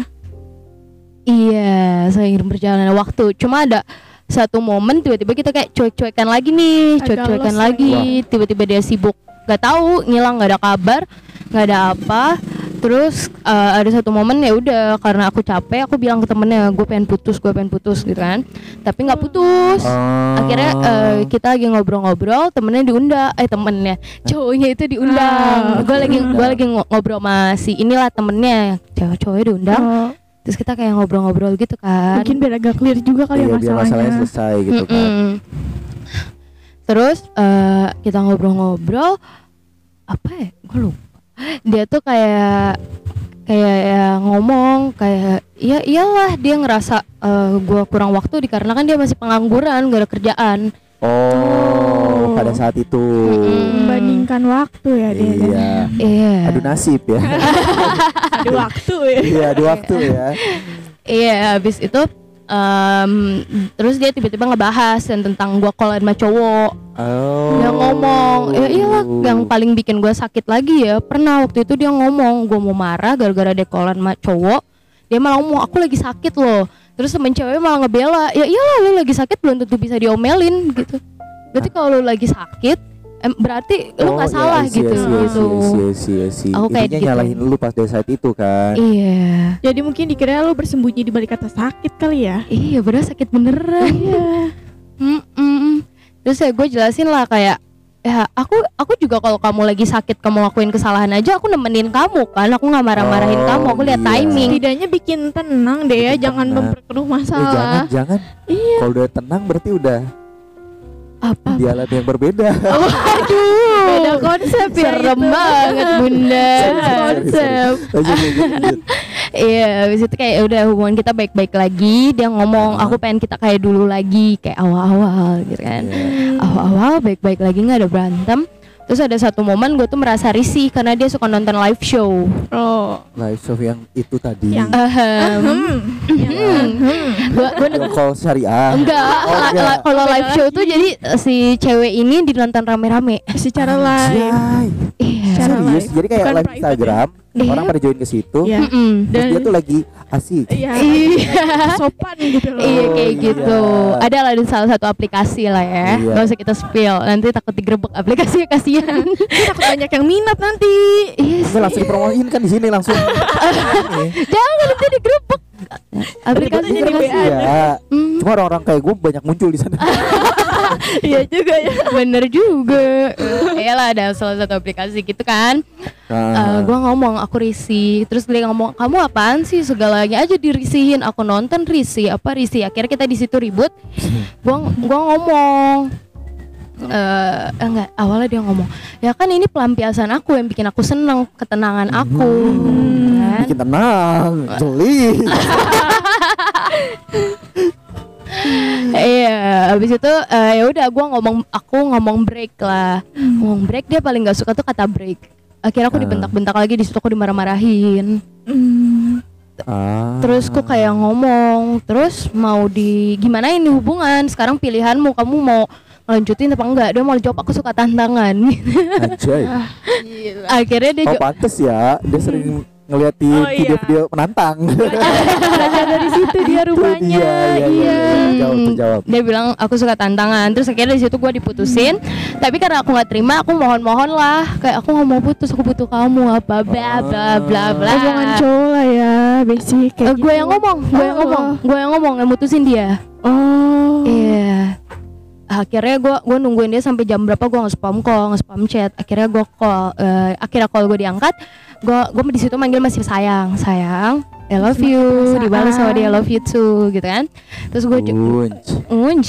Iya, seiring berjalannya waktu. Cuma ada satu momen tiba-tiba kita kayak cuek-cuekan lagi nih, Agak cuek-cuekan lost lagi. Tiba-tiba dia sibuk, nggak tahu, ngilang, nggak ada kabar, nggak ada apa. Terus uh, ada satu momen ya udah karena aku capek aku bilang ke temennya gue pengen putus gue pengen putus gitu kan, tapi nggak putus. Oh. Akhirnya uh, kita lagi ngobrol-ngobrol, temennya diundang, eh temennya cowoknya itu diundang. Ah. Gue lagi gue lagi ngobrol sama si inilah temennya, cewek cowoknya diundang. Oh, Terus kita kayak ngobrol-ngobrol gitu kan. mungkin biar agak clear juga kali Iya, ya biar masalahnya. masalahnya selesai gitu kan. Mm-mm. Terus uh, kita ngobrol-ngobrol apa ya? Gue lupa. Dia tuh kayak kayak ya ngomong kayak ya iyalah dia ngerasa uh, gue kurang waktu dikarenakan dia masih pengangguran gak ada kerjaan. Oh, pada saat itu. Mm-mm. Membandingkan waktu ya dia. Iya. Iya. Adu nasib ya. Ada waktu ya. Iya, adu waktu ya. Iya, habis itu um, terus dia tiba-tiba ngebahas dan tentang gue call sama cowok. Oh. Dia ngomong, ya iyalah yang paling bikin gue sakit lagi ya pernah waktu itu dia ngomong gue mau marah gara-gara dia callan sama cowok. Dia malah ngomong aku lagi sakit loh. Terus temen ceweknya malah ngebela, ya iyalah lu lagi sakit belum tentu bisa diomelin gitu. Berarti kalau lu lagi sakit em, berarti lu nggak Oh, salah ya, I see, gitu I see, I gitu. see, I see, I see, I see. Aku kayak Intinya gitu. nyalahin lu pas dari saat itu kan. Iya. Jadi mungkin dikira lu bersembunyi di balik kata sakit kali ya. Iya bener sakit beneran. Iya. Mm-mm. Terus ya gue jelasin lah kayak ya aku aku juga kalau kamu lagi sakit kamu lakuin kesalahan aja aku nemenin kamu kan, aku nggak marah-marahin Oh, kamu, aku lihat iya. timing. Setidaknya bikin tenang deh ya, Bikin jangan tenang. memperkeruh Eh, masalah. jangan, jangan. Iya. Kalau udah tenang berarti udah Apa? di alam yang berbeda. Aduh, Beda konsep ya serem itu. banget bunda. Sorry, sorry, Konsep. Lanjut, lanjut, lanjut. Iya, habis itu kayak udah hubungan kita baik-baik lagi. Dia ngomong Ah. aku pengen kita kayak dulu lagi, kayak awal-awal gitu kan. Iya. Awal-awal baik-baik lagi nggak ada berantem. Terus ada satu momen gue tuh merasa risih karena dia suka nonton live show. Oh. Live show yang itu tadi. Yang- Ahem. Hmm. Hmm. Gua gua Yang call syariah. enggak, Oh, la- enggak. la- kalau Beda live show lagi. tuh jadi eh, si cewek ini ditonton rame-rame. Secara live. Anjay. Iya. Secara Serius? live. Jadi kayak Bukan live private Instagram, ya? orang pada join ke situ, Iya. Mm-mm. terus Dan dia tuh lagi asik. iya. Iya. Sopan gitu loh. Iya kayak iya. gitu. Ada lah di salah satu aplikasi lah ya. Iya. Gak usah kita spill. Nanti takut digerebek aplikasinya kasihan. Takut banyak yang minat nanti. Iya Nggak, langsung dipromoin kan di sini langsung. Ini. Jangan nanti digerebek. Aplikasinya jadi dikasih. B A. Iya. Hmm, Cuma orang-orang kayak gue banyak muncul di sana. Iya juga ya. bener juga. Iyalah ada salah satu aplikasi gitu kan. Nah, gue ngomong aku risih. Terus dia ngomong kamu apaan sih segalanya aja dirisihin. Aku nonton risih apa risih. Akhirnya kita di situ ribut. Gue gua ngomong. Eh enggak, awalnya dia ngomong ya kan ini pelampiasan aku yang bikin aku seneng, ketenangan aku kan? bikin tenang, jeli. Iya, habis itu eh, ya udah gue ngomong, aku ngomong break lah, ngomong break. Dia paling nggak suka tuh kata break. Akhirnya aku Ah. dibentak-bentak lagi, di situ aku dimarah-marahin. Hmm. Ah. Terus aku kayak ngomong, terus mau di gimana ini hubungan? Sekarang pilihanmu, kamu mau lanjutin apa enggak? Dia mau jawab aku suka tantangan. Anjay. Akhirnya dia Oh jawab, pantes ya, dia sering ngeliatin Oh, iya. video-video menantang. Belajar dari situ dia rupanya. Iya, iya, iya, iya. Jawab, tuh, jawab. dia bilang aku suka tantangan. Terus akhirnya di situ gue diputusin. Tapi karena aku nggak terima, aku mohon-mohon lah, kayak aku nggak mau putus, aku butuh kamu apa bla bla bla bla. Omongan cowok lah ya, basic kayak Eh, gue gitu. yang ngomong, gue yang Oh. ngomong, gue yang ngomong, yang mutusin dia. Oh. Iya. Akhirnya gue gue nungguin dia sampai jam berapa, gue nge-spam call, nge-spam chat. Akhirnya gue call, eh, akhirnya call gue diangkat. Gue gue di situ manggil masih sayang, sayang, I love Masih you, pakai dibalas sama perasaan. dia I love you too, gitu kan. Terus gue Unj. unj,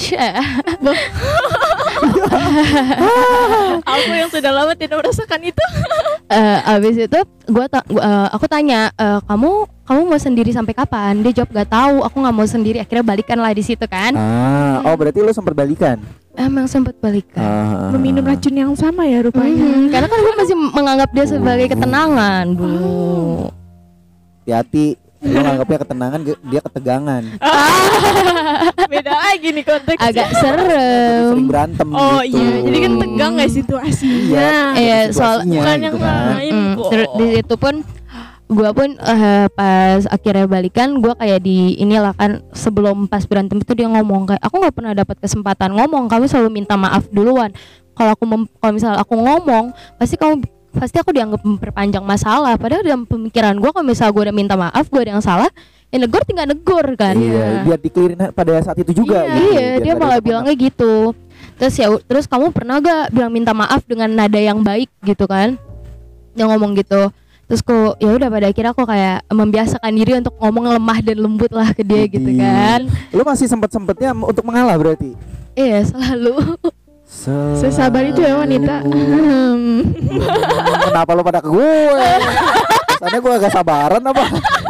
Aku yang sudah lama tidak merasakan itu. Eh, abis itu gue ta- gua, eh, aku tanya, "Eh, kamu kamu mau sendiri sampai kapan?" Dia jawab gak tahu, aku nggak mau sendiri. Akhirnya balikan lah di situ kan. Ah, oh berarti lo sempat balikan. Emang sempat balikan. Ah. Meminum racun yang sama ya rupanya. Mhm, karena kan gue masih menganggap dia sebagai ketenangan dulu. Hati-hati, lo nganggapnya ketenangan, dia ketegangan. Beda lagi nih konteksnya. Agak Sering serem. berantem Oh gitu. iya, jadi kan tegang ya situasinya. Iya, soal- situasinya Bukan gitu yang kan. lain Mm, kok. terus di situ pun gue pun eh, pas akhirnya balikan, gue kayak di inilah kan, sebelum pas berantem itu dia ngomong kayak aku nggak pernah dapat kesempatan ngomong, kamu selalu minta maaf duluan. Kalau aku mem- kalau misal aku ngomong pasti kamu pasti aku dianggap memperpanjang masalah. Padahal dalam pemikiran gue kalau misalnya gue udah minta maaf, gue ada yang salah, ya negor tinggal negor kan. Iya, biar dikelirin pada saat itu juga. Iya, gitu. iya, Biar dia nggak malah ada bilangnya gitu. Terus ya, terus kamu pernah gak bilang minta maaf dengan nada yang baik gitu kan? Dia ngomong gitu. Terus kok ya udah pada akhirnya aku kayak membiasakan diri untuk ngomong lemah dan lembut lah ke dia gitu Widih. kan. Lu masih sempet-sempetnya untuk mengalah berarti. Iya, selalu. Sesabar itu ya wanita. Hmm, Kenapa lo pada ke gue? Kesannya gue agak sabaran apa?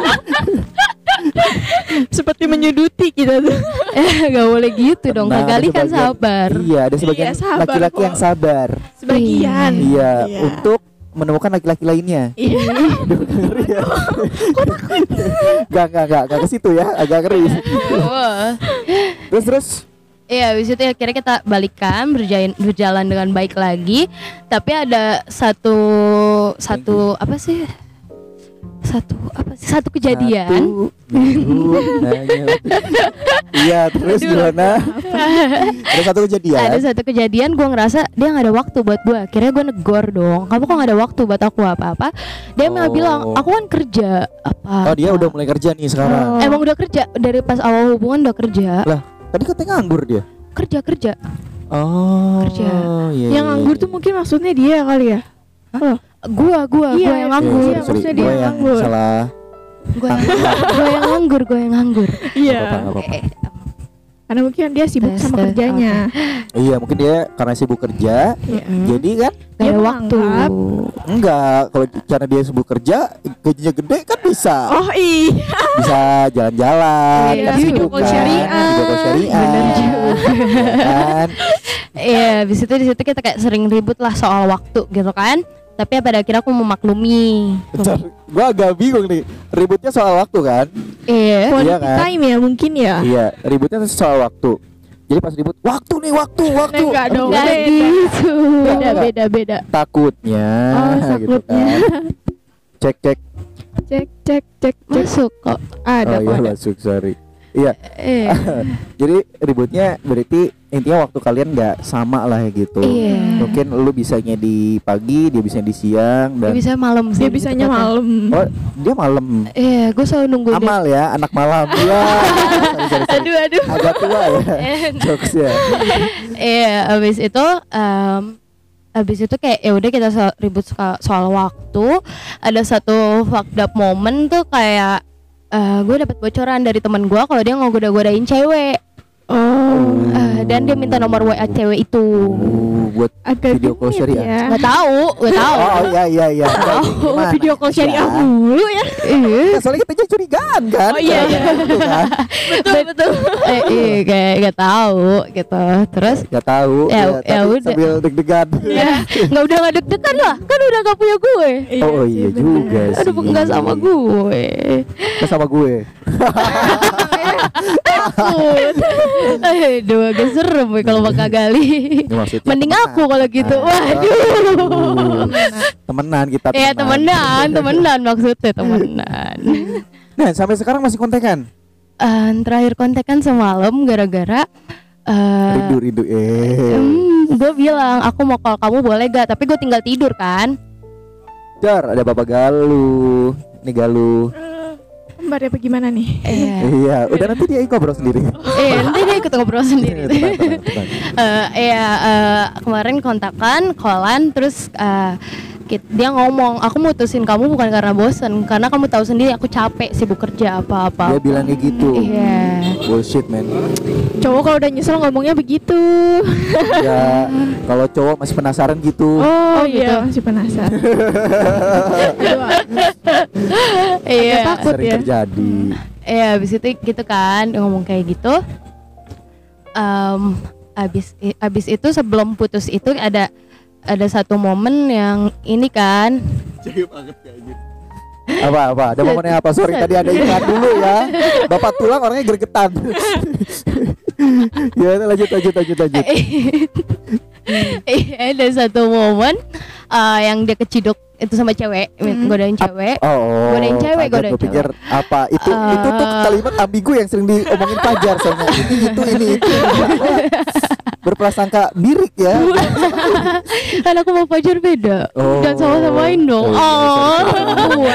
Seperti menyuduti kita tuh. Eh, gak boleh gitu dong. Nah, Kali ada kan sebagian- sabar. Iya, ada sebagian Iya, sabar laki-laki kok. yang sabar. Sebagian. Iya, Iya. untuk menemukan laki-laki lainnya. Iya. Gak, gak, gak, gak ke situ ya, agak ngeri. Wah. Terus, terus. Iya, habis itu akhirnya kita balikan berjalan berjalan dengan baik lagi. Tapi ada satu satu apa sih? Satu apa sih? Satu kejadian. Satu, minggu, hanya- Iya, terus gimana? Ada satu kejadian. Ada satu kejadian gue ngerasa dia nggak ada waktu buat gue. Akhirnya gue negor dong. Kamu kok nggak ada waktu buat aku apa-apa? Dia malah Oh. bilang aku kan kerja apa? Oh, dia udah mulai kerja nih sekarang. Oh. Emang udah kerja dari pas awal hubungan udah kerja. Lah, tadi katanya nganggur dia. Kerja kerja. Oh, Kerja. iya, Yang iya, nganggur iya. tuh mungkin maksudnya dia kali ya. Oh. Gua gua Iya, gua yang iya, nganggur. iya, sorry, sorry. maksudnya dia Gua yang nganggur. salah. Gua yang gua yang nganggur, gua yang nganggur. Iya. Nggak apa-apa, nggak apa-apa. Eh, Karena mungkin dia sibuk Tes, sama tes, kerjanya. Iya, mungkin dia karena sibuk kerja. Iya. Jadi kan Gak Dia ada waktu. menganggap- enggak, kalau karena dia sibuk kerja, gajinya gede kan bisa. Oh iya. Bisa jalan-jalan, Iya, kan video sibuk call kan, syariah. video call syariah. Bener juga. Ya kan? Iya, habis itu di situ kita kayak sering ribut lah soal waktu gitu kan. Tapi pada akhirnya aku memaklumi. Bentar, gua agak bingung nih. Ributnya soal waktu kan? Iya. Quality Iya kan? time ya mungkin ya. Iya, ributnya soal waktu. Jadi pas ribut, waktu nih, waktu, waktu. Nah, enggak dong. Gak Beda. gitu. Beda Enggak. beda beda. Takutnya Oh, gitu takutnya. kan. Cek cek. Cek cek cek cek. Masuk kok. Ada Oh kok. iya, ada. masuk, sorry. Iya, Eh. jadi ributnya berarti intinya waktu kalian nggak sama lah ya gitu. Iya. Mungkin lu bisanya di pagi, dia bisanya di siang Dia dan bisa malam sih. Dia bisanya tepatnya. malam. oh dia malam. Iya, gue selalu nunggu dia. Amal ya, anak malam. Iya. Sorry, sorry, sorry. Aduh, aduh. Agak tua ya. Eh, Jokes ya. Iya, abis itu em, abis itu kayak ya udah kita so- ribut soal, soal waktu. Ada satu fucked up moment tuh kayak eh, gue dapat bocoran dari teman gue kalau dia ngogoda-godain cewek. Oh. Eh, dan dia minta nomor W A cewek itu. Uh, buat Agak video call genit syariah. ya. Nggak tahu, nggak tahu. Oh iya iya iya. Oh, Gimana? video call syariah Ya. mulu ya. Iya. Ya, soalnya kita jadi curigaan kan. Oh, iya, iya. Gitu kan. betul betul. eh, iya, kayak nggak tahu gitu. Terus Gak tahu. Ya, ya tapi udah. Sambil deg-degan. ya nggak udah nggak deg-degan lah, kan udah nggak punya gue. Oh iya sih, juga bener. sih. Aduh, nggak sama gue. Nggak sama gue. Takut. Aduh, agak serem ya kalau bakal gali. Ini maksudnya Mending temenan. aku kalau gitu. Ah, Waduh. aduh. Temenan kita. Ya temenan, temenan maksudnya temenan. Nah sampai sekarang masih kontekan. Eh, terakhir kontekan semalam gara-gara eh Rindu rindu. Eh. gue bilang aku mau call kamu boleh gak, tapi gue tinggal tidur kan. Jar ada Bapak Galuh. Ini Galuh. Kembar ya bagaimana nih? Iya. Iya. Udah nanti dia ngobrol sendiri. Eh, nanti dia ikut ngobrol sendiri. Tenang, tenang, tenang. Eh, iya, eh, kemarin kontakan, callan, terus eh, kit- dia ngomong, aku mutusin kamu bukan karena bosen, karena kamu tahu sendiri aku capek sibuk kerja apa-apa. Dia bilangnya gitu. Iya. Bullshit man. Cowok kalau udah nyesel ngomongnya begitu. Ya kalau cowok masih penasaran gitu. Oh, Oh, gitu. iya, masih penasaran. Iya. takut Sering ya. terjadi. Iya, abis itu gitu kan, dia ngomong kayak gitu. Em, abis i- abis itu sebelum putus itu ada ada satu momen yang ini kan. Apa apa? Ada momennya apa? Sorry tadi ada iklan dulu ya. Bapak tulang orangnya gregetan. Ya lanjut lanjut lanjut lanjut. Iya, ada satu momen eh, yang dia keciduk itu sama cewek, Hmm. godain cewek. Oh, Godain cewek, kaget, godain gua pikir apa itu Eh. itu tuh kalimat ambigu yang sering diomongin Fajar soalnya ini itu ini itu berprasangka mirik ya. Kan aku mau pacar beda. Oh. Jangan sama-samain dong. Oh, iya, Oh. sorry,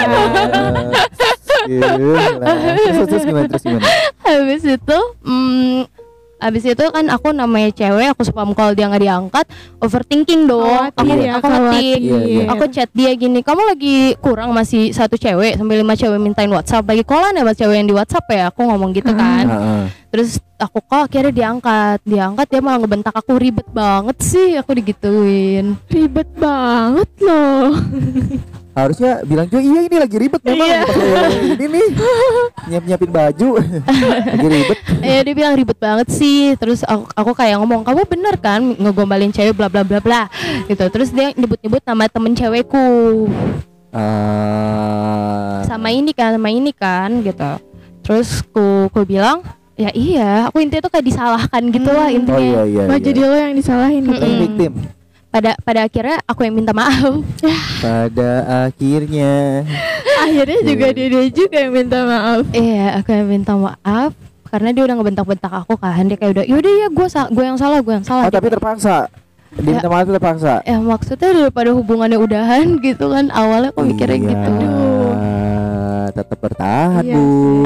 Gila. Terus, terus gimana terus gimana? Habis itu, hmm, habis itu kan aku namanya cewek, aku spam call dia nggak diangkat, overthinking dong. Khawatir Aku, ya, aku ngetik, Iya, iya. aku chat dia gini, kamu lagi kurang masih satu cewek sampai lima cewek mintain WhatsApp, lagi callan ya sama cewek yang di WhatsApp ya, aku ngomong gitu kan. Heeh. Terus aku kok akhirnya diangkat, diangkat dia malah ngebentak aku, ribet banget sih, aku digituin. Ribet banget loh. Harusnya bilang juga iya ini lagi ribet memang Iya. pas ini nih nyiap nyiapin baju lagi ribet. Eh dia bilang ribet banget sih. Terus aku, aku kayak ngomong, kamu bener kan ngegombalin cewek bla bla bla bla gitu. Terus dia nyebut-nyebut nama temen cewekku, Ah. sama ini kan, sama ini kan gitu. Terus ku, ku bilang ya iya, aku intinya tuh kayak disalahkan gitu lah Hmm. intinya. Oh iya iya. Wah iya. jadi lo yang disalahin gitu. Yang Mm-mm. victim. Pada pada akhirnya aku yang minta maaf. Pada akhirnya. Akhirnya juga dia dia juga yang minta maaf. Iya, aku yang minta maaf karena dia udah ngebentak-bentak aku kan. Dia kayak udah, yaudah ya gue sa- gue yang salah, gue yang salah. Oh tapi terpaksa. Dia minta maaf itu terpaksa. Ya maksudnya daripada hubungannya udahan gitu kan, awalnya aku mikirnya Iya. gitu. Tetap bertahan Iya bu.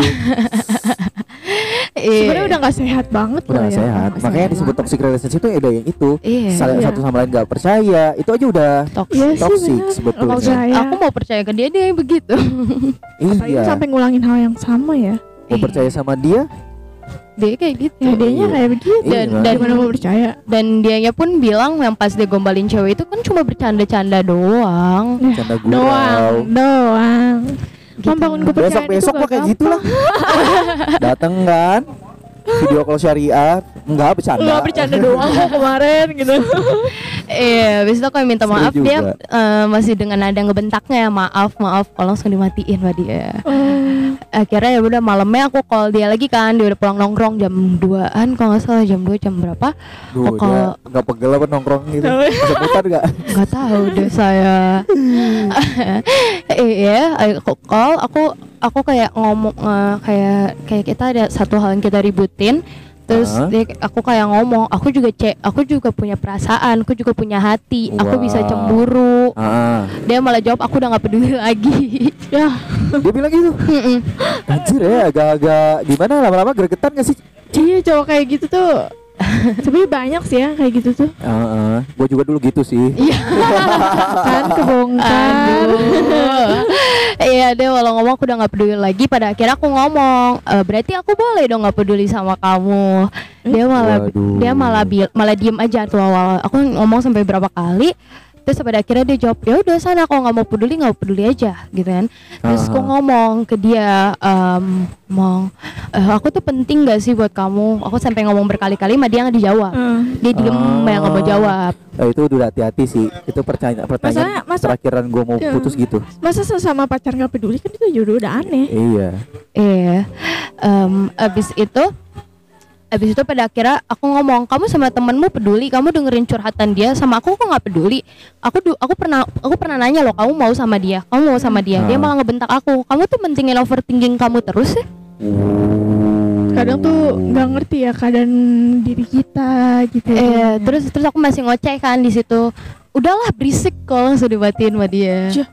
Iya. Sebenarnya udah nggak sehat banget Udah loh gak ya. sehat. Nggak Makanya sehat disebut banget. toxic relationship itu ada yang itu. Iya. Saling Iya. satu sama lain gak percaya. Itu aja udah Toxic. Iya sih, toxic bener. sebetulnya. Nggak percaya. Aku mau percaya ke dia, dia yang begitu. Apalagi Iya. sampai ngulangin hal yang sama ya. Mau percaya sama dia? Dia kayak gitu. Ya dianya Iya. kayak begitu. Iya, Dan kan? dan Gimana mau percaya? dan dianya pun bilang yang pas dia gombalin cewek itu kan cuma bercanda-canda doang. Canda gurau. Doang, doang. Gitu. Membangun kepercayaan Besok-besok itu kok gak kayak gitu lah. Dateng kan video call syariah. Enggak bercanda. Enggak bercanda doang kok kemarin gitu. Iya, habis itu aku yang minta Seru maaf, dia juga. eh, masih dengan nada ngebentaknya, maaf, maaf, kalau langsung dimatiin sama dia. Oh. Akhirnya ya udah malamnya aku call dia lagi kan, dia udah pulang nongkrong jam duaan kalau nggak salah, jam dua jam berapa? Duh, Aku dia call- nggak pegel apa nongkrong gitu. Sebutan nggak? Nggak tahu deh saya. Iya, aku call, aku aku kayak ngomong eh, kayak kayak kita ada satu hal yang kita ributin. Terus Hah? dia, aku kayak ngomong, aku juga cek, aku juga punya perasaan, aku juga punya hati, aku bisa Wow. cemburu. Ah, Dia malah jawab, aku udah nggak peduli lagi. Ya, dia bilang gitu. Mm-mm. Anjir ya, agak-agak gimana lama-lama gregetan gak sih? iya cowok kayak gitu tuh. Sebenarnya banyak sih ya kayak gitu tuh. Heeh, gue juga dulu gitu sih. Iya. Kan kebongkar. Aduh. Iya, dia walau ngomong aku udah nggak peduli lagi. Pada akhirnya aku ngomong, e, berarti aku boleh dong nggak peduli sama kamu. Dia malah Waduh. dia malah bil- malah diem aja tuh awal. Aku ngomong sampai berapa kali. Terus pada akhirnya dia jawab, ya udah sana, kalau nggak mau peduli nggak peduli aja gitu kan. Terus aku Aha. ngomong ke dia, em, ngomong, "Eh, aku tuh penting gak sih buat kamu? Aku sampai ngomong berkali-kali, mah dia nggak dijawab. Hmm. Dia diem, Ah. yang nggak mau jawab. Eh, itu udah hati-hati sih. Itu pertanyaan pertanyaan Masalahnya- masa- terakhiran gue mau Iya. putus gitu. Masa sesama pacar nggak peduli kan itu juga udah aneh. Iya. Iya. Em, abis itu, abis itu pada akhirnya aku ngomong, kamu sama temenmu peduli, kamu dengerin curhatan dia, sama aku kok nggak peduli. Aku du- aku pernah aku pernah nanya loh, kamu mau sama dia, kamu mau sama dia, dia Ah. malah ngebentak aku. Kamu tuh mentingin overthinking kamu terus ya? Kadang tuh nggak ngerti ya keadaan diri kita gitu. Eh, terus terus aku masih ngoceh kan di situ. Udahlah berisik kok, langsung dibatin sama dia. J-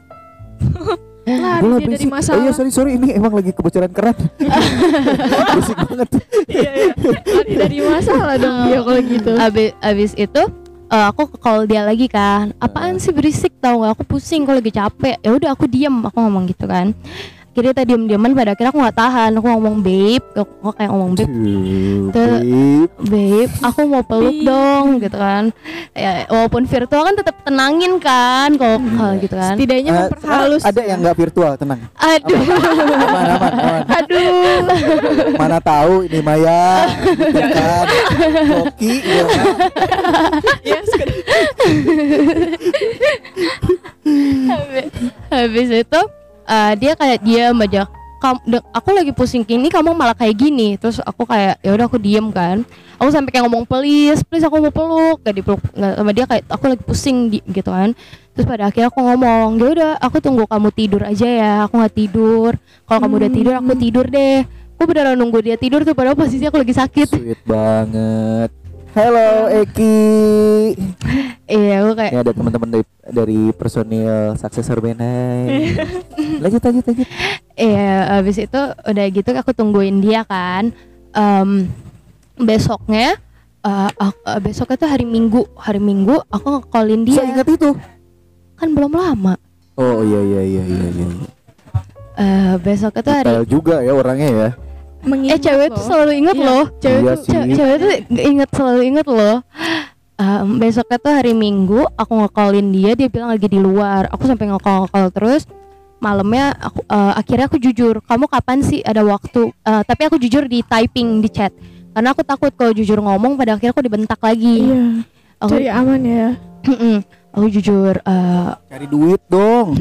lari Gua dia dari berisik. masalah. Oh iya sorry sorry ini emang lagi kebocoran keran. Berisik banget. Iya, iya. Lari dari masalah dong dia kalau gitu. Abis, abis itu eh, aku call dia lagi kan. Apaan sih berisik, tau gak? Aku pusing, aku lagi capek. Ya udah aku diem, aku ngomong gitu kan. Akhirnya kita diem-dieman, pada akhirnya aku nggak tahan. Aku ngomong babe, aku kayak ngomong babe, Duh, Tuh. babe. babe, aku mau peluk Babe. dong gitu kan. Ya walaupun virtual kan tetap tenangin kan, kalau kalau gitu kan. Setidaknya Eh, memperhalus. ada yang nggak virtual, tenang. Aduh, Aman, aman, aman. Aduh. Mana tahu ini Maya, gitu kan, Koki, ya kan? Ya, sekedar- habis, habis itu eh, dia kayak diam aja. Kamu, de- aku lagi pusing gini, kamu malah kayak gini. Terus aku kayak, ya udah aku diem kan. Aku sampai kayak ngomong please, please aku mau peluk, gak dipeluk, nggak sama dia, kayak aku lagi pusing di, gitu kan. Terus pada akhirnya aku ngomong, ya udah aku tunggu kamu tidur aja ya, aku nggak tidur. Kalau kamu udah tidur aku tidur deh. Aku beneran nunggu dia tidur tuh, padahal posisi aku lagi sakit. Sweet banget. Hello Eki. Iya, aku kayak Ini ada teman-teman dari, dari personil Successor Benai. Lanjut lanjut lanjut. iya, abis itu udah gitu aku tungguin dia kan. Em, besoknya, eh, ak- eh, besoknya tuh hari Minggu, hari Minggu aku nge-callin dia. Saya ingat itu. Kan belum lama. Oh iya iya iya iya iya. Eh, besoknya tuh hari. Detail juga ya orangnya ya. Eh cewek tuh selalu inget Iya, loh. cewek Iya tuh sih. Ce- cewek tuh inget selalu inget loh. Um, besoknya tuh hari Minggu aku nge-callin dia, dia bilang lagi di luar. Aku sampai nge-call nge-call terus. Malamnya aku uh, akhirnya aku jujur, kamu kapan sih ada waktu? Uh, tapi aku jujur di typing di chat. Karena aku takut kalau jujur ngomong pada akhirnya aku dibentak lagi. Iya. Aku, Cari aman ya. aku jujur uh, Cari duit dong.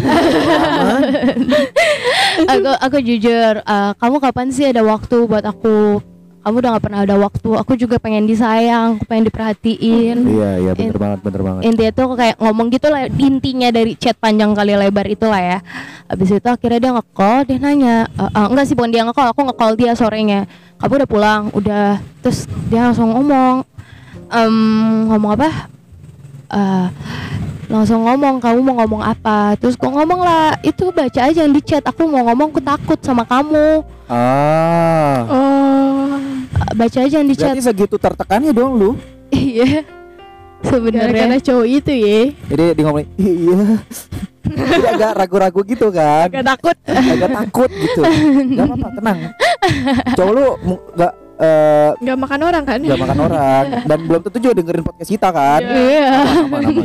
aku aku jujur uh, kamu kapan sih ada waktu buat aku? Kamu udah gak pernah ada waktu. Aku juga pengen disayang, aku pengen diperhatiin. Iya iya bener In- banget bener banget. Intinya tuh aku kayak ngomong gitu lah, intinya dari chat panjang kali lebar itu lah ya. Habis itu akhirnya dia nge-call, dia nanya, e, e, enggak sih bukan dia nge-call, aku nge-call dia sorenya. Kamu udah pulang? Udah. Terus dia langsung ngomong, em, ngomong apa? Eh, langsung ngomong, kamu mau ngomong apa? Terus gue ngomong lah, itu baca aja yang di chat. Aku mau ngomong, aku takut sama kamu. Ah. Oh. Eh, Baca aja yang di chat. Berarti segitu tertekannya dong lu. Iya. Gara-gara Sebenarnya. cowok itu ya. Jadi dia ngomong iya. Jadi agak ragu-ragu gitu kan. Gak takut. Agak takut gitu. Gak apa-apa tenang. Cowok lu mu- gak eh, Gak makan orang kan? gak makan orang dan belum tentu juga dengerin podcast kita kan. Iya. Aman, aman.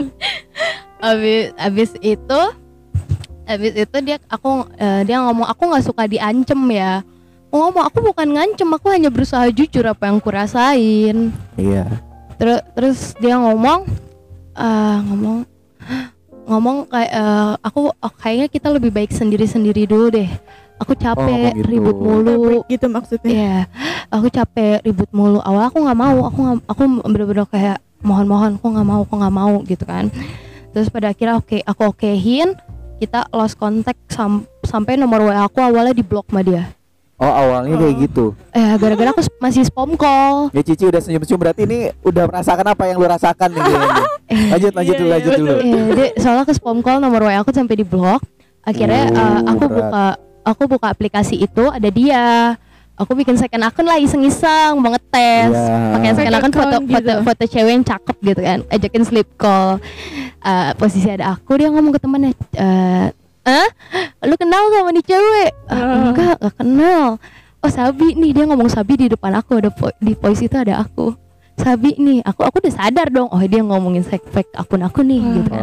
Abis abis itu abis itu dia aku eh, dia ngomong aku nggak suka diancem ya. Aku ngomong aku bukan ngancem, aku hanya berusaha jujur apa yang ku rasain. Iya. Terus terus dia ngomong eh, ngomong ngomong kayak eh, aku oh, kayaknya kita lebih baik sendiri-sendiri dulu deh. Aku capek ngomong gitu. ribut mulu. Break gitu maksudnya. Iya, aku capek ribut mulu. Awal aku nggak mau, aku nggak, aku bener-bener kayak mohon-mohon, aku nggak mau, aku nggak mau gitu kan. Terus pada akhirnya oke, aku okein, kita lost contact sam- sampai nomor W A aku awalnya di blok sama dia. Oh awalnya kayak Oh. gitu. Eh, gara-gara aku masih spam call. Ya Cici udah senyum-senyum berarti ini udah merasakan apa yang lu rasakan nih kayaknya. Lanjut lanjut Iya, dulu iya, lanjut betul. dulu. Eh, dia, soalnya ke spam call nomor W A aku sampai di blok. Akhirnya Oh, eh, aku berat. buka, aku buka aplikasi itu ada dia. Aku bikin second akun lah iseng-iseng mau ngetes. Iya. Pakai second Fake akun foto, account foto gitu. foto cewek yang cakep gitu kan. Ajakin sleep call. Eh, posisi ada aku, dia ngomong ke temannya, eh, "Eh, lu kenal gak sama nih cewek?" "Ah, Ah. enggak, enggak kenal." "Oh, Sabi nih," dia ngomong Sabi di depan aku, ada po- di voice itu ada aku. "Sabi nih," aku aku udah sadar dong. Oh, dia ngomongin fake fake akun aku nih Hmm. gitu kan.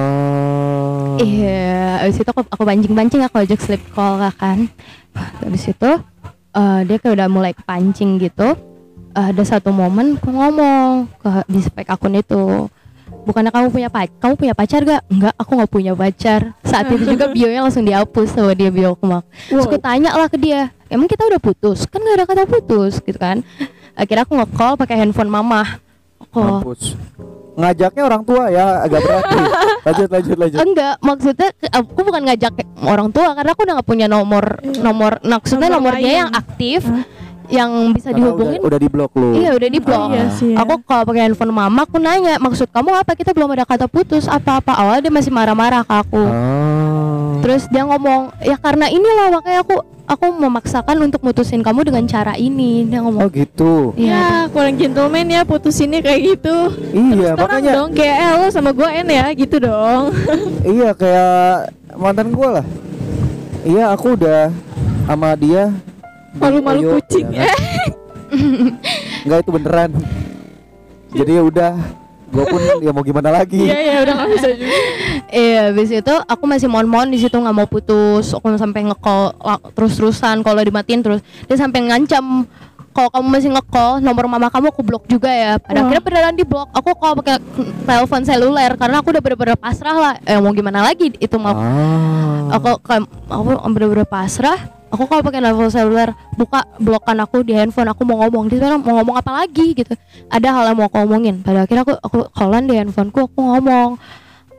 Oh. Iya, abis itu aku, aku pancing-pancing, aku ajak sleep call lah kan. Abis itu eh, dia kayak udah mulai pancing gitu. Eh, ada satu momen aku ngomong ke di spek akun itu, bukannya kamu punya pacar? Kamu punya pacar gak? Enggak, aku nggak punya pacar. Saat itu juga bionya langsung dihapus sama dia bio aku mak. Terus aku tanya lah ke dia, emang kita udah putus? Kan gak ada kata putus gitu kan. Akhirnya aku nge-call pakai handphone mama. Aku Mampus. Ngajaknya orang tua ya agak berat nih. Lanjut lanjut lanjut. enggak, maksudnya ke- aku bukan ngajak orang tua karena aku udah nggak punya nomor nomor maksudnya Nomor nomornya lain. yang aktif Hah? yang bisa Karena dihubungin. udah, udah di blok lu. Iya udah di blok. Oh, iya sih, ya. Aku kalau pakai handphone mama aku nanya maksud kamu apa, kita belum ada kata putus apa-apa. Awalnya dia masih marah-marah ke aku. Oh. Terus dia ngomong ya karena inilah makanya aku aku memaksakan untuk mutusin kamu dengan cara ini. Dia Oh ngomong gitu. iya. Ya kurang gentleman ya putusinnya kayak gitu. Iya Terang makanya dong kayak eh, lo sama gue N ya gitu dong. iya kayak mantan gua lah. Iya aku udah sama dia di Malu-malu Oyo, kucing. ya kan? Enggak itu beneran. Jadi ya udah, gua pun ya mau gimana lagi. Iya ya udah nggak bisa juga. Iya, habis itu aku masih mohon-mohon di situ nggak mau putus. Aku sampai nge-call la- terus-terusan, kalau dimatiin terus. Dia sampai ngancam, kalau kamu masih nge-call nomor mama kamu aku blok juga ya. Pada Wah. akhirnya beneran di blok. Aku call pakai telepon seluler karena aku udah bener-bener pasrah lah. Eh mau gimana lagi itu mau. Ah. Aku kayak- aku bener-bener pasrah. Aku kalau pakai telepon seluler, buka blokan aku di handphone, aku mau ngomong. Dia bilang mau ngomong apa lagi gitu. Ada hal yang mau aku ngomongin. Pada akhirnya aku aku callan di handphoneku, aku ngomong.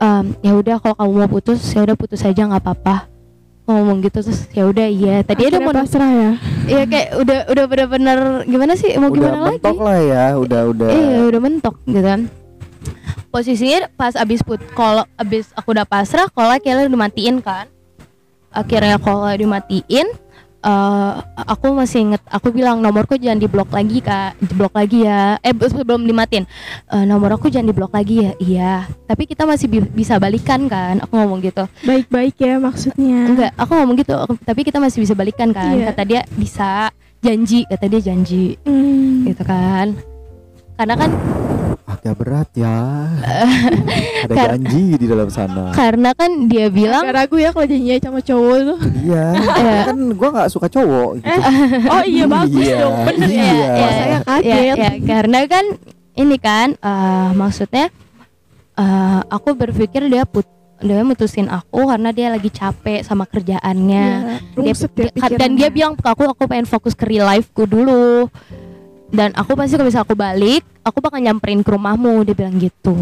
ehm, ya udah kalau kamu mau putus ya udah putus aja nggak apa-apa. Ngomong gitu terus ya udah iya. Tadi ada mau pasrah ya. Iya kayak udah udah benar-benar gimana sih mau Udah gimana lagi? mentok lah ya, udah udah. Iya udah mentok gitu kan. Posisinya pas abis put, kalau abis aku udah pasrah, kalau akhirnya dimatiin kan. Akhirnya kalau dimatiin, uh, aku masih inget, aku bilang nomorku jangan diblok lagi kak, diblok lagi ya. Eh sebelum dimatiin, uh, nomor aku jangan diblok lagi ya. Iya. Tapi kita masih bi- bisa balikan kan? Aku ngomong gitu. Baik-baik ya maksudnya. Enggak, aku ngomong gitu. Tapi kita masih bisa balikan kan? Iya. Kata dia bisa, janji. Kata dia janji, Hmm. gitu kan? Karena kan Agak berat ya. Ada Kar- janji di dalam sana. karena kan dia bilang Agak ragu ya kalau janjinya sama cowok tuh. Iya. Iya. Kan gua nggak suka cowok gitu. Oh iya bagus Iya, dong, bener ya. iya. Wah, saya kaget. ya, ya, karena kan ini kan eh, maksudnya eh, aku berpikir dia put dia mutusin aku karena dia lagi capek sama kerjaannya. Iya, Dia, rungsek ya dia- dan dia pikirannya. bilang ke aku aku pengen fokus ke real life-ku dulu. Dan aku pasti kalau bisa aku balik, aku bakal nyamperin ke rumahmu, dia bilang gitu.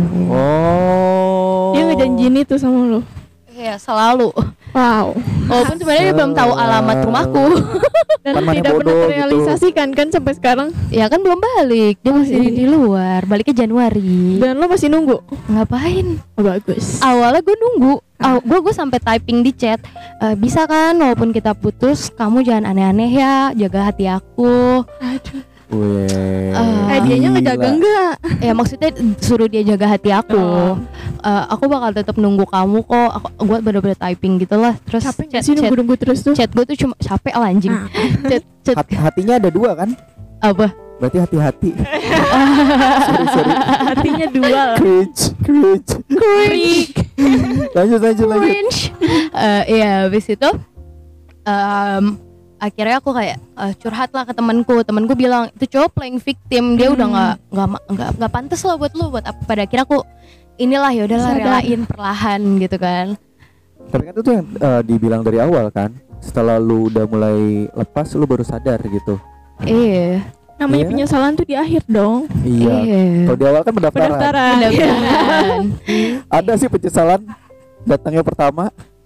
Oh. Dia ngejanjiin itu sama lu. Iya, selalu. Wow. Walaupun sebenarnya dia belum tahu alamat rumahku. Dan Kan mana tidak pernah bodoh terrealisasikan kan sampai sekarang. Ya kan belum balik, dia masih iya. di luar. Baliknya Januari. Dan lo masih nunggu. Ngapain? Oh, bagus. Awalnya gue nunggu, Aw, gue gue sampai typing di chat, "E, bisa kan walaupun kita putus, kamu jangan aneh-aneh ya, jaga hati aku." Aduh. Weh. Ah. Eh dianya ngejaga Gila. enggak? Ya maksudnya suruh dia jaga hati aku. Oh. Eh, aku bakal tetap nunggu kamu kok. Aku, gue bener-bener typing gitu lah. Terus Capek chat gak sih chat, nunggu-nunggu terus tuh? chat gue tuh cuma capek lah anjing. Ah. Chat chat Hat- hatinya ada dua kan? apa? Berarti hati-hati. sorry sorry. Hatinya dua lah. Cringe, cringe. Freak. Lanjut lanjut lanjut. Cringe. Eh, Iya habis itu em, akhirnya aku kayak eh, curhat lah ke temanku. Temanku bilang itu cowok playing victim, dia udah Hmm. nggak nggak ma- nggak nggak pantas lah buat lu, buat apa. Pada akhirnya aku inilah ya udahlah Sadar. relain perlahan gitu kan. Tapi kan itu yang eh, dibilang dari awal kan. Setelah lu udah mulai lepas, lu baru sadar gitu. Iya. Namanya Iya. penyesalan tuh di akhir dong. Iya. Kalau di awal kan pendaftaran. Pendaftaran. Mudah-mudahan. Ada sih penyesalan datangnya pertama.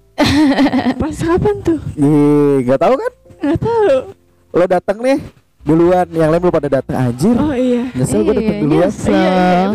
Pas kapan tuh? Ih, nggak tahu kan? Nggak tahu. Lo datang nih duluan, yang lain belum pada datang anjir. Oh iya. Nyesel gue datang Iya, duluan. nyesel. Iya, iya.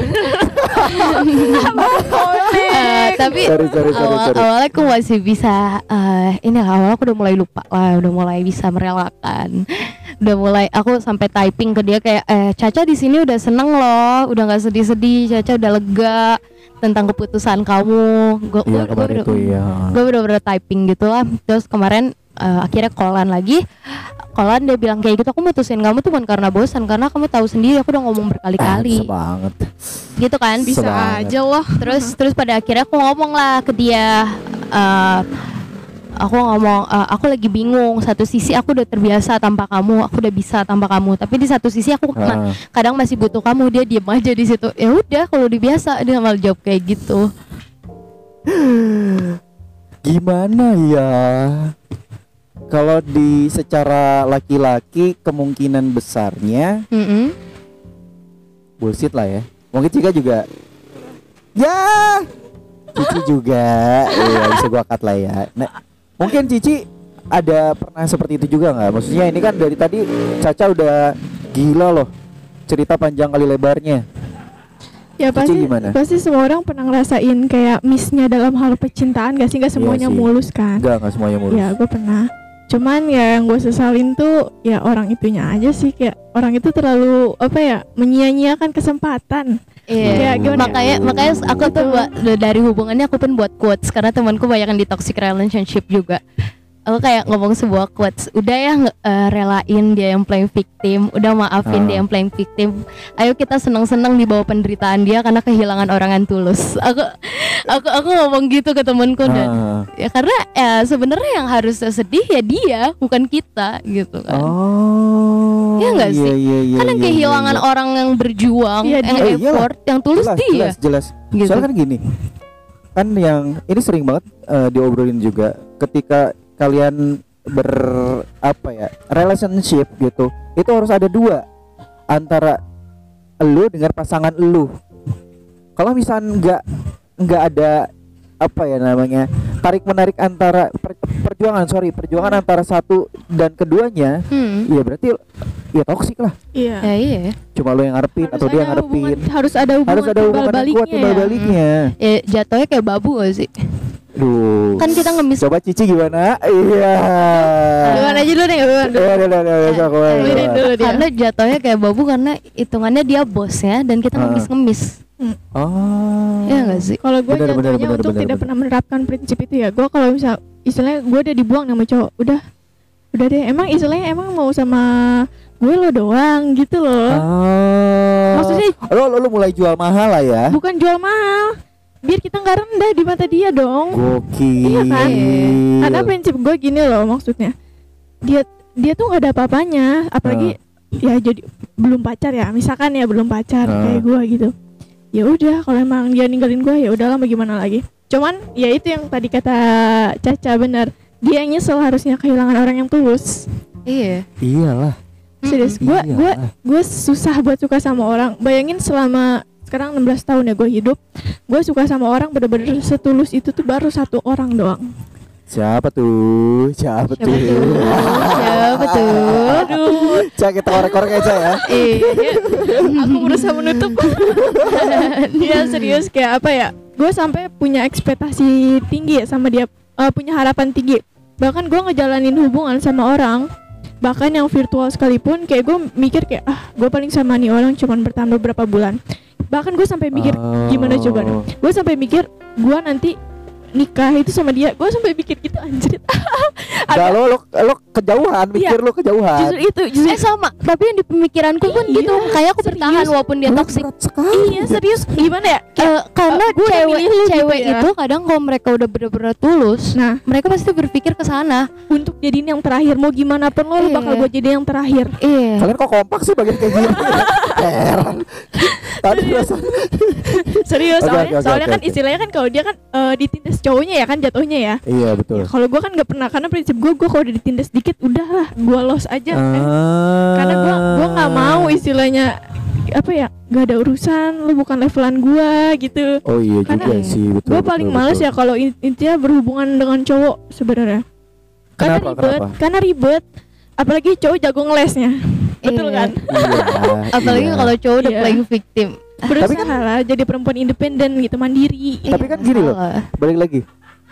Eh, tapi Sorry, sorry, sorry, awal, sorry. awalnya aku masih bisa eh ini lah, awalnya aku udah mulai lupa lah, udah mulai bisa merelakan, udah mulai aku sampai typing ke dia kayak eh Caca di sini udah seneng loh, udah nggak sedih-sedih, Caca udah lega tentang keputusan kamu. Gue Iya kemarin itu iya. gue bener-bener typing gitu lah. Terus kemarin eh, akhirnya callan lagi, callan dia bilang kayak gitu, aku mutusin kamu tuh bukan karena bosan, karena kamu tahu sendiri aku udah ngomong berkali-kali Bisa banget. gitu kan. Bisa Semangat. aja loh. Terus terus pada akhirnya aku ngomong lah ke dia, eh, aku ngomong eh, aku lagi bingung. Satu sisi aku udah terbiasa tanpa kamu, aku udah bisa tanpa kamu. Tapi di satu sisi aku ma- Ah. kadang masih butuh kamu. Dia diem aja di situ. Ya udah kalau udah biasa, dia malah jawab kayak gitu. Gimana ya? Kalau di secara laki-laki kemungkinan besarnya Mm-mm. bullshit lah ya. Mungkin Cika juga. Ya. Cici juga. Iya bisa gua cut lah ya. Nah, mungkin Cici ada pernah seperti itu juga nggak? Maksudnya ini kan dari tadi Caca udah gila loh cerita panjang kali lebarnya. Ya Cici pasti gimana? pasti semua orang pernah ngerasain kayak missnya dalam hal percintaan gak sih? Gak semuanya Iya sih. mulus kan? Enggak, enggak semuanya mulus. Ya gue pernah. Cuman ya yang gue sesalin tuh ya orang itunya aja sih, kayak orang itu terlalu apa ya, menyia-nyiakan kesempatan. Iya. Kayak gimana? Makanya makanya aku tuh Betul. buat dari hubungannya aku pun buat quotes karena temanku banyak yang di toxic relationship juga. Aku kayak ngomong sebuah quotes, udah ya nge- eh, relain dia yang playing victim, udah maafin Ah. dia yang playing victim. Ayo kita senang-senang di bawah penderitaan dia karena kehilangan orang yang tulus. Aku aku aku ngomong gitu ke temanku dan Ah. ya karena ya sebenarnya yang harus sedih ya dia, bukan kita gitu kan. Oh. Iya nggak sih? Iya, iya, iya, Kan yang iya, kehilangan iya. orang yang berjuang, Iya, yang dia- Oh, iyalah. effort, yang tulus jelas, dia. jelas, jelas. Gitu. Soalnya kan gini, kan yang ini sering banget eh, diobrolin juga ketika kalian ber apa ya relationship gitu, itu harus ada dua antara elu dengan pasangan elu. Kalau misalnya nggak nggak ada apa ya namanya tarik menarik antara per, perjuangan sorry perjuangan antara satu dan keduanya, Hmm. ya berarti ya toksik lah. Iya. Ya iya. Cuma lo yang ngarepin Harus atau dia ada ngarepin. hubungan- harus ada hubungan Harus ada hubungan yang kuat timbal ya. baliknya. Ya jatuhnya kayak babu gak sih? Duh. Kan kita ngemis. Coba Cici gimana? Iya. Duluan aja dulu deh, duluan dulu. Eh, udah, udah, udah, udah, aku aja. Dengerin dulu dia. Karena jatuhnya kayak babu karena hitungannya dia bosnya dan kita Ah. ngemis-ngemis. Oh. Iya gak sih? Kalau gue Benar, benar, jatuhnya benar, untuk benar, tidak benar. pernah menerapkan prinsip itu ya. Gue kalau misal istilahnya gue udah dibuang sama cowok, udah udah deh. Emang istilahnya emang mau sama gue lo doang gitu loh. Oh. Maksudnya- lo, lo, lo mulai jual mahal lah ya. Bukan jual mahal. Biar kita nggak rendah di mata dia dong. Gokil. Iya kan? Karena prinsip gue gini loh maksudnya. Dia dia tuh nggak ada apa-apanya, apalagi ya jadi belum pacar ya. Misalkan ya belum pacar Ah. kayak gue gitu. Ya udah kalau emang dia ninggalin gue ya udahlah mau gimana lagi. Cuman ya itu yang tadi kata Caca benar. Dia yang nyesel harusnya kehilangan orang yang tulus. Iya. Iyalah. Serius, gue Iyalah. gue gue susah buat suka sama orang. Bayangin selama sekarang enam belas tahun ya gue hidup, gue suka sama orang bener-bener setulus itu tuh baru satu orang doang. Siapa tuh? Siapa, Siapa tuh? tuh? Siapa tuh? Aduh, Cak, kita korek-korek aja ya. iya, aku berusaha menutup. Dia serius kayak apa ya? Gue sampai punya ekspektasi tinggi ya sama dia, eh, punya harapan tinggi. Bahkan gue ngejalanin hubungan sama orang, bahkan yang virtual sekalipun, kayak gue mikir kayak ah, gue paling sama nih orang cuman bertahan beberapa bulan. Bahkan gue sampai mikir Oh. gimana coba? Gue sampai mikir gue nanti nikah itu sama dia. Gue sampai mikir gitu anjir. Enggak, lo, lo, lo kejauhan, mikir Iya. lo kejauhan. Justru itu, justru Eh sama, tapi yang di pemikiranku pun Iya, gitu. Kayak aku bertahan serius. walaupun dia Lo toksik. berat sekali. iya serius gimana ya? Eh, karena Eh, gua udah cewek milih lu gitu cewek ya. itu kadang kalau mereka udah bener-bener tulus, Nah, mereka pasti berpikir ke sana. untuk jadiin yang terakhir mau gimana pun lo, lo Iya. bakal gue jadi yang terakhir. Iya. Kalian kok kompak sih bagian kayak gini? Heran. Tadi perasaan. Serius, Oke, soalnya, oke, oke, soalnya oke, kan oke. istilahnya kan kalau dia kan eh, ditindas cowoknya ya kan jatuhnya ya. Iya betul. Kalau gue kan nggak pernah, karena prinsip gue gue kalau udah ditindas dikit udahlah gue los aja. Eh, Ah. karena gue gue nggak mau istilahnya apa ya, nggak ada urusan, lu bukan levelan gue gitu. Oh iya Karena juga sih betul. Gue betul, paling betul. males ya kalau in- intinya berhubungan dengan cowok sebenarnya. Karena Kenapa, ribet, kenapa? karena ribet. Apalagi cowok jago ngelesnya. Betul Iya. kan? Iya, Apalagi iya. kalau cowok udah Iya. playing victim. Berusaha Tapi kan- lah jadi perempuan independen gitu, mandiri. Tapi kan gini loh, Salah. balik lagi.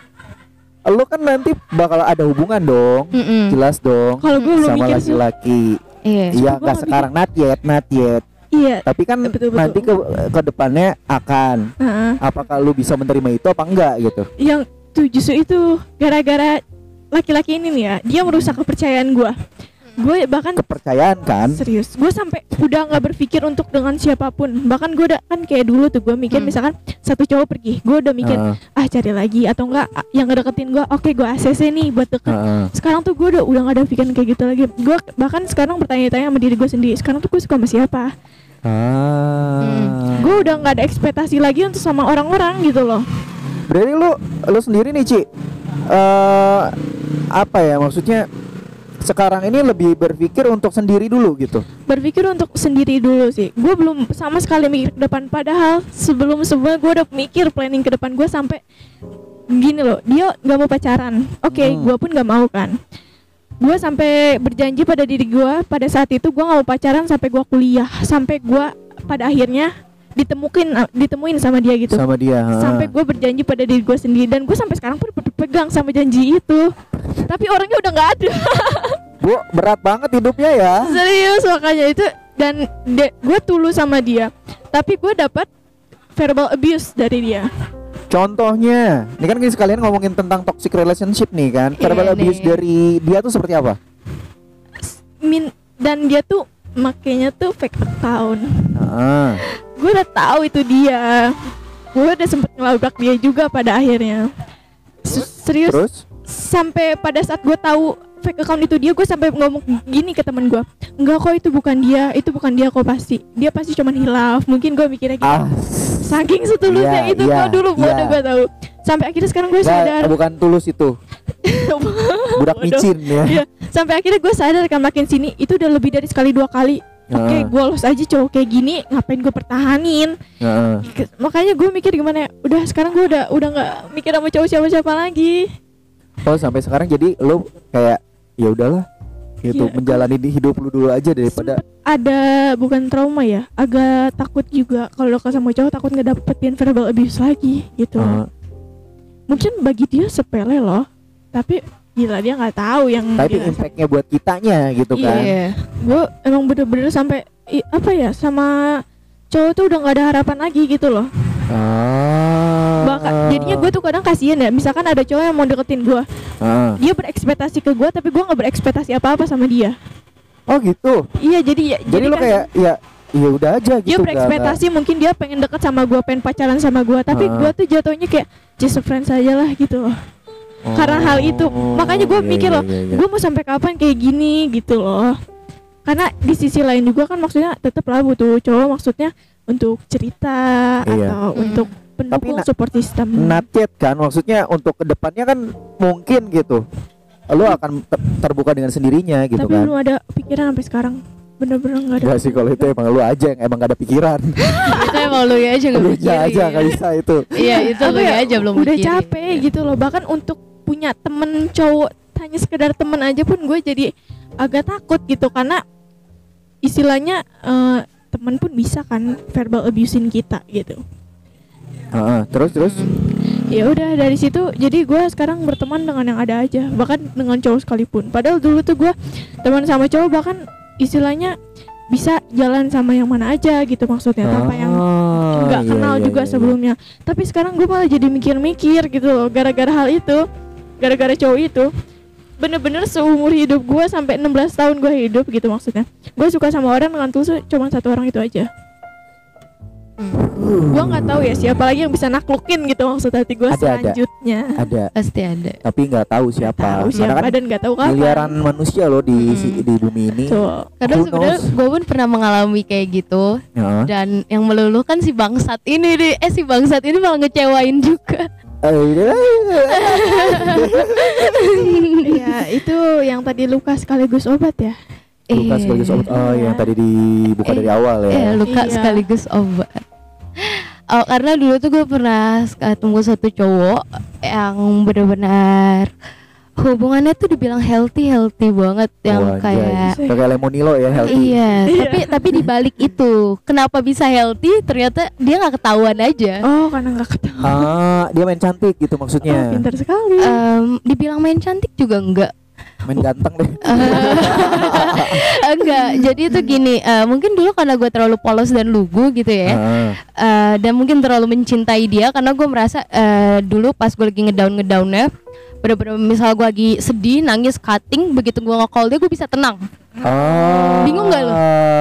Lo kan nanti bakal ada hubungan dong, Mm-mm. jelas dong, Kalau gue belum sama mikir sih. laki-laki. Iya. Iya gua nggak nggak sekarang, not yet, not yet. Iya. Tapi kan Betul, betul. nanti ke ke depannya akan. Heeh. Apakah lu bisa menerima itu apa enggak gitu? Yang tuh justru itu gara-gara laki-laki ini nih ya, dia merusak kepercayaan gue. Gue bahkan Kepercayaan kan? serius, gue sampai udah nggak berpikir untuk dengan siapapun. Bahkan gue udah kan kayak dulu tuh gue mikir Hmm. misalkan satu cowok pergi, gue udah mikir Heeh, ah cari lagi atau enggak ah, yang ngedeketin gue, oke gue A C C nih buat deket. heeh. Sekarang tuh gue udah udah gak ada pikiran kayak gitu lagi. Gue bahkan sekarang bertanya-tanya sama diri gue sendiri, sekarang tuh gue suka sama siapa? Ah. Gue udah nggak ada ekspektasi lagi untuk sama orang-orang gitu loh. Berarti lu lu sendiri nih Ci, eh apa ya maksudnya? Sekarang ini lebih berpikir untuk sendiri dulu gitu. Berpikir untuk sendiri dulu sih. Gue belum sama sekali mikir ke depan. Padahal sebelum sebelumnya gue udah mikir planning ke depan gue sampai gini loh. Dia nggak mau pacaran. Oke, Hmm. gue pun nggak mau kan. Gue sampai berjanji pada diri gue pada saat itu gue nggak mau pacaran sampai gue kuliah. Sampai gue pada akhirnya ditemukin ditemuin sama dia gitu. Sama dia. ha. Sampai gue berjanji pada diri gue sendiri dan gue sampai sekarang pun berpegang sama janji itu. Tapi orangnya udah nggak ada. Bu, berat banget hidupnya ya. Serius makanya itu. Dan gue tulus sama dia, tapi gue dapat verbal abuse dari dia. Contohnya, ini kan kita sekalian ngomongin tentang toxic relationship nih kan. Iya Verbal abuse nih. dari dia tuh seperti apa? Min dan dia tuh makainya tuh fake account. Ah. Gue udah tahu itu dia. Gue udah sempet ngelabrak dia juga pada akhirnya. S- Serius. Terus? Sampai pada saat gue tahu fake account itu dia, gue sampai ngomong gini ke temen gue, enggak kok itu bukan dia, itu bukan dia kok pasti, dia pasti cuman hilaf. Mungkin gue mikirnya gitu. Ah. Saking setulusnya Iya, itu iya, gue dulu iya. bodoh gue tahu. Sampai akhirnya sekarang gue sadar. Nggak, bukan tulus itu. Budak Bodoh. micin ya. Iya, sampai akhirnya gue sadar kan makin sini itu udah lebih dari sekali dua kali Oke, gue los aja cowok kayak gini, ngapain gue pertahanin? Heeh. Ke- Makanya gue mikir gimana ya, udah sekarang gue udah udah nggak mikir sama cowok siapa-siapa lagi. Oh sampai sekarang jadi lu kayak ya udahlah gitu Iya. menjalani di hidup lu dulu aja daripada Sempet ada bukan trauma ya, agak takut juga kalau dekat sama cowok, takut nggak dapetin verbal abuse lagi gitu. Heeh. Mungkin bagi dia sepele loh, tapi gila dia nggak tahu yang tapi dia- impactnya buat kitanya gitu kan. Iya. gue emang bener-bener sampai i- apa ya, sama cowok tuh udah nggak ada harapan lagi gitu loh. Ah. Bahkan jadinya gue tuh kadang kasihan ya, misalkan ada cowok yang mau deketin gue, Ah. dia berekspektasi ke gue tapi gue nggak berekspektasi apa-apa sama dia. Oh gitu. Iya jadi ya Jadi lu kan kayak ya ya udah aja gitu. dia nggak- berekspektasi mungkin dia pengen deket sama gue, pengen pacaran sama gue, tapi Ah. gue tuh jatuhnya kayak just a friend saja lah gitu loh. nggak- Karena hal itu makanya gue iya, mikir iya, loh, iya, iya. gue mau sampai kapan kayak gini gitu loh. Karena di sisi lain juga kan maksudnya tetap lah butuh cowok, maksudnya untuk cerita Iya. atau Hmm. untuk pendukung na- support system. Not yet kan, maksudnya untuk kedepannya kan mungkin gitu. Lu akan ter- terbuka dengan sendirinya gitu tapi kan. belum ada pikiran sampai sekarang, bener-bener nggak ada. Enggak sih kalau itu emang lu aja yang emang gak ada pikiran. Itu emang lu ya aja nggak Lu mikirin. aja gak bisa itu. Iya itu Apa lu ya, ya aja belum udah mikirin. capek gitu loh, bahkan untuk punya temen cowok hanya sekedar temen aja pun gue jadi agak takut gitu, karena istilahnya eh, temen pun bisa kan verbal abusein kita gitu. Heeh, terus terus Ya udah dari situ jadi gue sekarang berteman dengan yang ada aja, bahkan dengan cowok sekalipun. Padahal dulu tuh gue teman sama cowok, bahkan istilahnya bisa jalan sama yang mana aja gitu, maksudnya tanpa yang Oh, nggak iya, kenal iya, juga iya, iya. sebelumnya. Tapi sekarang gue malah jadi mikir-mikir gitu loh, gara-gara hal itu, gara-gara cowok itu. Bener-bener seumur hidup gue sampai enam belas tahun gue hidup gitu, maksudnya gue suka sama orang dengan tulus cuma satu orang itu aja. Gue nggak tahu ya siapa lagi yang bisa naklukin gitu maksud hati gue Ada, ada. selanjutnya. Ada, Pasti ada. tapi nggak tahu siapa. Tahu Karena siapa kan dan nggak tahu kapan. miliaran manusia loh di si- di bumi ini. Tuh. Karena Who sebenarnya knows? gue pun pernah mengalami kayak gitu. Heeh. Dan yang meluluhkan si bangsat ini deh. Eh si bangsat ini malah ngecewain juga. Iya itu yang tadi luka sekaligus obat ya. Luka sekaligus obat. Oh, Iya. yang tadi dibuka Eh, dari awal ya. Eh luka Iya. sekaligus obat. Oh, karena dulu tuh gue pernah ketemu satu cowok yang benar-benar hubungannya tuh dibilang healthy healthy banget, yang Wah, kayak anjay. kayak lemonilo ya, healthy. iya, Iya. tapi tapi di balik itu kenapa bisa healthy, ternyata dia nggak ketahuan aja. Oh karena nggak ketemu. Ah, dia main cantik gitu Oh, maksudnya. pintar sekali. Em, dibilang main cantik juga enggak. Main ganteng deh. Enggak, jadi itu gini, eh, mungkin dulu karena gue terlalu polos dan lugu gitu ya. Ah. Eh, dan mungkin terlalu mencintai dia, karena gue merasa eh, dulu pas gue lagi ngedown ngedownnya, bener-bener misal gue lagi sedih, nangis, cutting, begitu gue nge-call dia gue bisa tenang. Oh. Bingung nggak lo?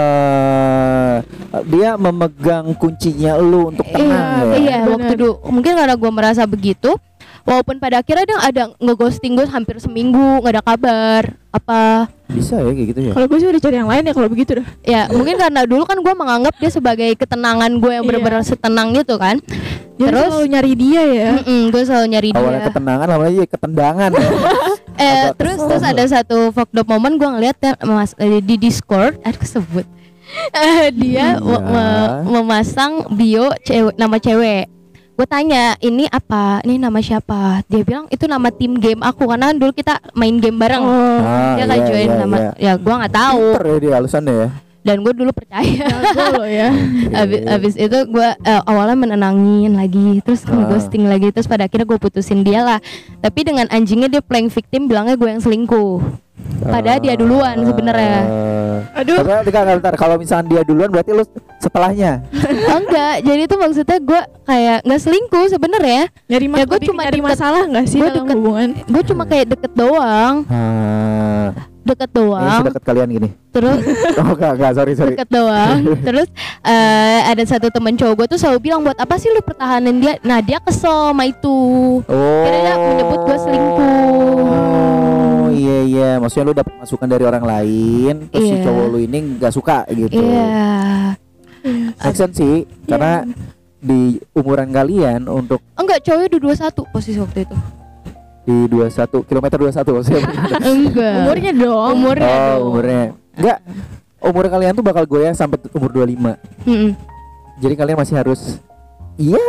Dia memegang kuncinya lu untuk tenang ya. Iya, bener. waktu dulu mungkin karena gue merasa begitu. Walaupun pada akhirnya dia ada ngeghosting gue hampir seminggu, nggak ada kabar apa. Bisa ya kayak gitu ya. Kalau gue sih udah cari yang lain ya kalau begitu dah. Ya mungkin karena dulu kan gue menganggap dia sebagai ketenangan gue yang Iya. benar-benar setenang gitu kan. Jadi Terus selalu nyari dia ya. mm-mm, gue selalu nyari Awalnya dia. ketenangan, lama lagi ketendangan. ya. Eh agak terus kesel. terus ada satu fucked up moment gue ngeliat ya, mas, eh, di Discord, ada kesebut. Eh, dia Iya. me- me- memasang bio cewek, nama cewek. Gue tanya ini apa, ini nama siapa? Dia bilang itu nama tim game aku, karena dulu kita main game bareng. Oh, Ah, Dia kan iya, join iya, nama, iya. ya gue nggak tahu. Pinter ya dia alasannya ya. Dan gue dulu percaya. jago lo ya. abis, abis itu gue eh, awalnya menenangin lagi, terus Ah. ghosting lagi, terus pada akhirnya gue putusin dia lah. Tapi dengan anjingnya dia playing victim, bilangnya gue yang selingkuh. Padahal dia duluan sebenarnya. Aduh. Tapi enggak, bentar, kalau misalnya dia duluan berarti lu setelahnya. Oh, enggak, jadi itu maksudnya gue kayak nggak selingkuh sebenarnya. Nyari Ya, mas- gua lebih cuma nyari deket- masalah nggak sih gua dalam deket- hubungan? Gue cuma kayak deket doang, Ah, deket ini doang. sedekat kalian gini. Terus Oh enggak, enggak, sorry, sorry. deket doang. Terus eh, ada satu teman cowok gue tuh selalu bilang, buat apa sih lu pertahanin dia? Nah dia kesel sama itu. Oh. Kira dia menyebut gue selingkuh. Oh iya iya, maksudnya lu dapat masukan dari orang lain, terus si Iya. cowok lu ini nggak suka gitu. Iya. Make sense sih, karena di umuran kalian untuk Enggak, cowoknya udah dua puluh satu posisi waktu itu. di dua puluh satu kilometer dua puluh satu maksudnya. Enggak. Umurnya dong. Umurnya Oh dong. umurnya enggak. umur kalian tuh bakal goyah sampai umur dua puluh lima. Mm-mm. Jadi kalian masih harus ya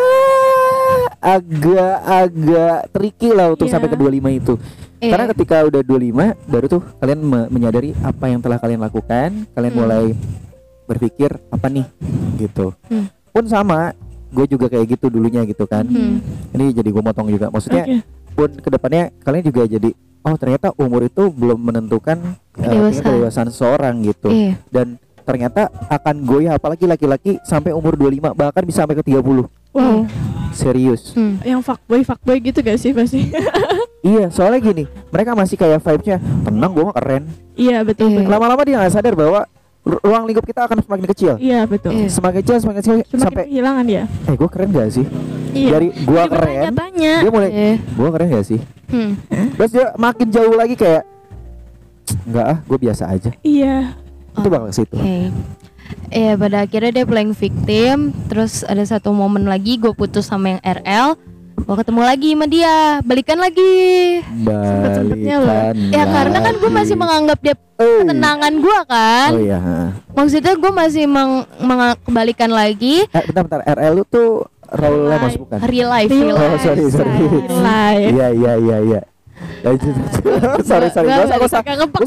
agak-agak tricky lah untuk Iya. sampai ke dua puluh lima itu. Iya. Karena ketika udah dua puluh lima baru tuh kalian me- menyadari apa yang telah kalian lakukan, kalian Hmm. mulai berpikir apa nih gitu. Hmm. Pun sama, gue juga kayak gitu dulunya gitu kan. Hmm. Ini jadi gue motong juga. Maksudnya Oke. pun kedepannya kalian juga jadi oh ternyata umur itu belum menentukan eh, Kedewasaan. kedewasaan seorang gitu. Iya. Dan ternyata akan goyah apalagi laki-laki sampai umur dua puluh lima bahkan bisa sampai ke tiga puluh. Wow. Serius. Hmm. Yang fuckboy fuckboy gitu gak sih pasti? Iya, soalnya gini, mereka masih kayak vibe-nya tenang, gue mah keren. Iya betul. Iya. betul. Lama-lama dia nggak sadar bahwa ru- ruang lingkup kita akan semakin kecil. Iya betul. Iya. Semakin kecil, semakin kecil Semakin sampai kehilangan ya. eh gue keren gak sih? Iya. Dari gua Jadi keren, bertanya-tanya. dia mulai Iya. gue keren gak sih? Hmm. Terus dia makin jauh lagi kayak enggak ah, gue biasa aja. Iya. Itu bakal ke situ. Oke. Iya, pada akhirnya dia playing victim. Terus ada satu momen lagi gue putus sama yang R L. Gue ketemu lagi sama dia, balikan lagi. Sempet-sempetnya loh. Balikan Ya karena kan gue lagi. masih menganggap dia Eh. ketenangan gue kan. Oh iya. ha. Maksudnya gue masih meng, meng- kebalikan lagi. Eh, bentar bentar, R L lu tuh Raul Lemos Live. bukan? Real life, Real real Oh life. sorry sorry. Live. Iya iya iya iya. Lanjut. sorry sorry. Gak usah gak usah. Tuh,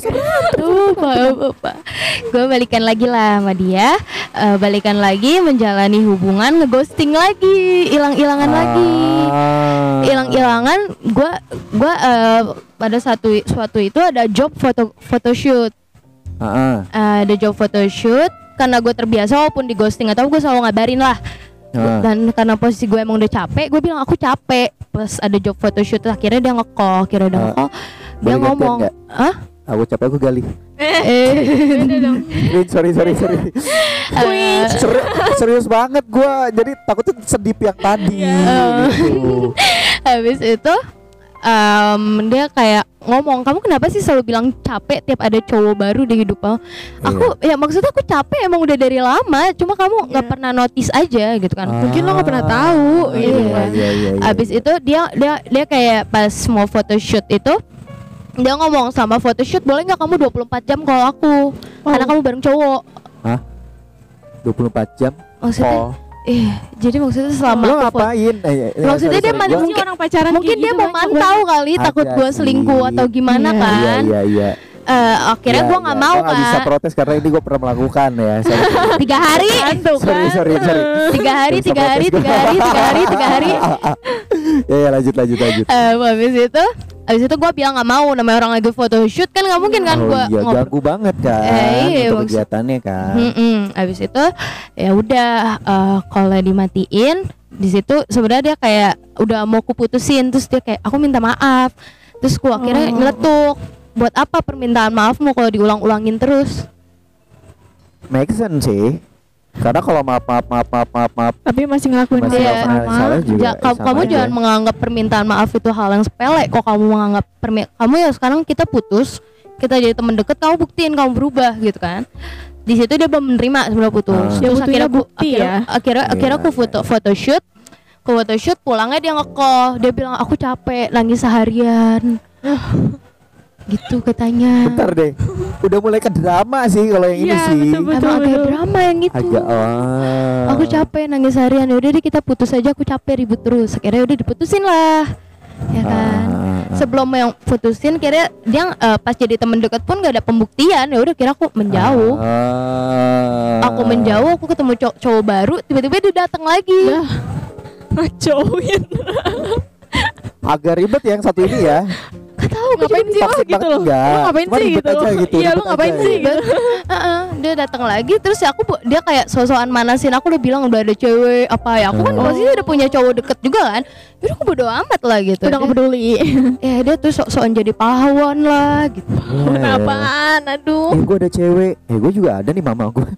Bapak. Gue balikan lagi lah sama dia. Eh, balikan lagi, menjalani hubungan, ngeghosting lagi, hilang-hilangan lagi. Ah. Hilang-hilangan. Gue, gue eh, pada satu suatu itu ada job foto photoshoot. Ah, ah. Eh, ada job photoshoot. Karena gue terbiasa walaupun di ghosting atau gue selalu ngabarin lah. Ah. Dan karena posisi gue emang udah capek, gue bilang aku capek. Pas ada job photoshoot, akhirnya dia nge-call, akhirnya dia Ah. nge-call, dia Boleh gantian ngomong, nggak? ah, Aku capek aku gali. eh, Beda dong. Eh, sorry sorry sorry. eh, Seri- serius banget gua. Jadi takutnya sedip yang tadi Iya. gitu. habis itu, em, dia kayak ngomong, kamu kenapa sih selalu bilang capek tiap ada cowok baru di hidup kamu? Aku, ya maksudnya aku capek emang udah dari lama, cuma kamu nggak Iya. pernah notice aja gitu kan? Mungkin lo nggak pernah tahu, Ah, gitu iya, kan. iya, iya, iya. Abis itu dia dia dia kayak pas mau photoshoot itu dia ngomong sama photoshoot boleh nggak kamu dua puluh empat jam kalau aku karena kamu bareng cowok. dua puluh empat jam. Maksudnya, Oh. eh jadi maksudnya selama Lo aku fo- ngapain? Eh, eh, eh, Maksudnya sorry, dia sorry, man- gua- mungkin- orang pacaran mungkin kayak dia gitu mau banyak mantau banget. kali takut Ada gue sih. selingkuh atau gimana Iya. kan. Iya iya iya. Eh, akhirnya Iya, gue iya. nggak mau Gua nggak bisa kan. protes karena ini gue pernah melakukan ya. Sorry. Tiga hari, sorry sorry sorry. tiga hari, Nggak bisa tiga hari, protes tiga gua. hari, tiga hari, tiga hari. Ya ya lanjut lanjut lanjut. Eh, habis itu, habis itu gue bilang nggak mau. Namanya orang lagi photoshoot kan nggak mungkin kan Oh gue iya ganggu banget kan Eh, iya, untuk maksud- kegiatannya kan. Mm-mm. Abis itu ya udah uh, kalau dimatiin di situ sebenarnya dia kayak udah mau kuputusin terus dia kayak aku minta maaf terus ku akhirnya Oh. nyeletuk buat apa permintaan maafmu kalau diulang-ulangin terus. Make sense sih. Karena kalau maaf maaf maaf maaf maaf maaf Tapi masih ngelakuin masih hal Iya. yang nggak pernah sama. salah juga. Ja- kamu, sama kamu aja. jangan menganggap permintaan maaf itu hal yang sepele kok kamu menganggap permi- kamu ya sekarang kita putus kita jadi teman deket kamu buktiin kamu berubah gitu kan. Di situ dia belum menerima sebenarnya putus. Ah. Dia Terus butuhnya akhirnya aku bukti akhirnya, ya. akhirnya akhirnya aku Iya, foto iya. photoshoot. Ke photoshoot pulangnya dia nge-call. Dia bilang aku capek nangis seharian. Gitu katanya. Bentar deh. Udah mulai ke drama sih kalau yang ini Iya, sih. betul, betul. Emang agak drama yang itu. Agak oh. Aku capek nangis harian. Ya udah deh kita putus aja, aku capek ribut terus. Akhirnya udah diputusin lah. Ya kan. Ah, ah, ah. Sebelum yang putusin kira dia eh, pas jadi temen dekat pun gak ada pembuktian. Ya udah kira aku menjauh. Ah. Aku menjauh, aku ketemu cow- cowok baru, tiba-tiba dia datang lagi. Lah, ngacauin. Agak ribet yang satu ini ya. Gak tahu Ngapain sih lo Toxic gitu banget loh? enggak. Lo ngapain Cuma sih ribet gitu aja loh? gitu, Iya, ribet lo ngapain aja sih gitu. gitu? Dia datang lagi terus ya aku bu- dia kayak sosokan manasin aku udah bilang udah ada cewek apa ya aku kan Oh. posisi udah punya cowok deket juga kan. Jadi aku bodo amat lah gitu. Udah Dia- gak peduli. Ya dia tuh sok-sokan jadi pahlawan lah gitu. Kenapaan? Aduh. Eh gue ada cewek. Eh gue juga ada nih mama gue.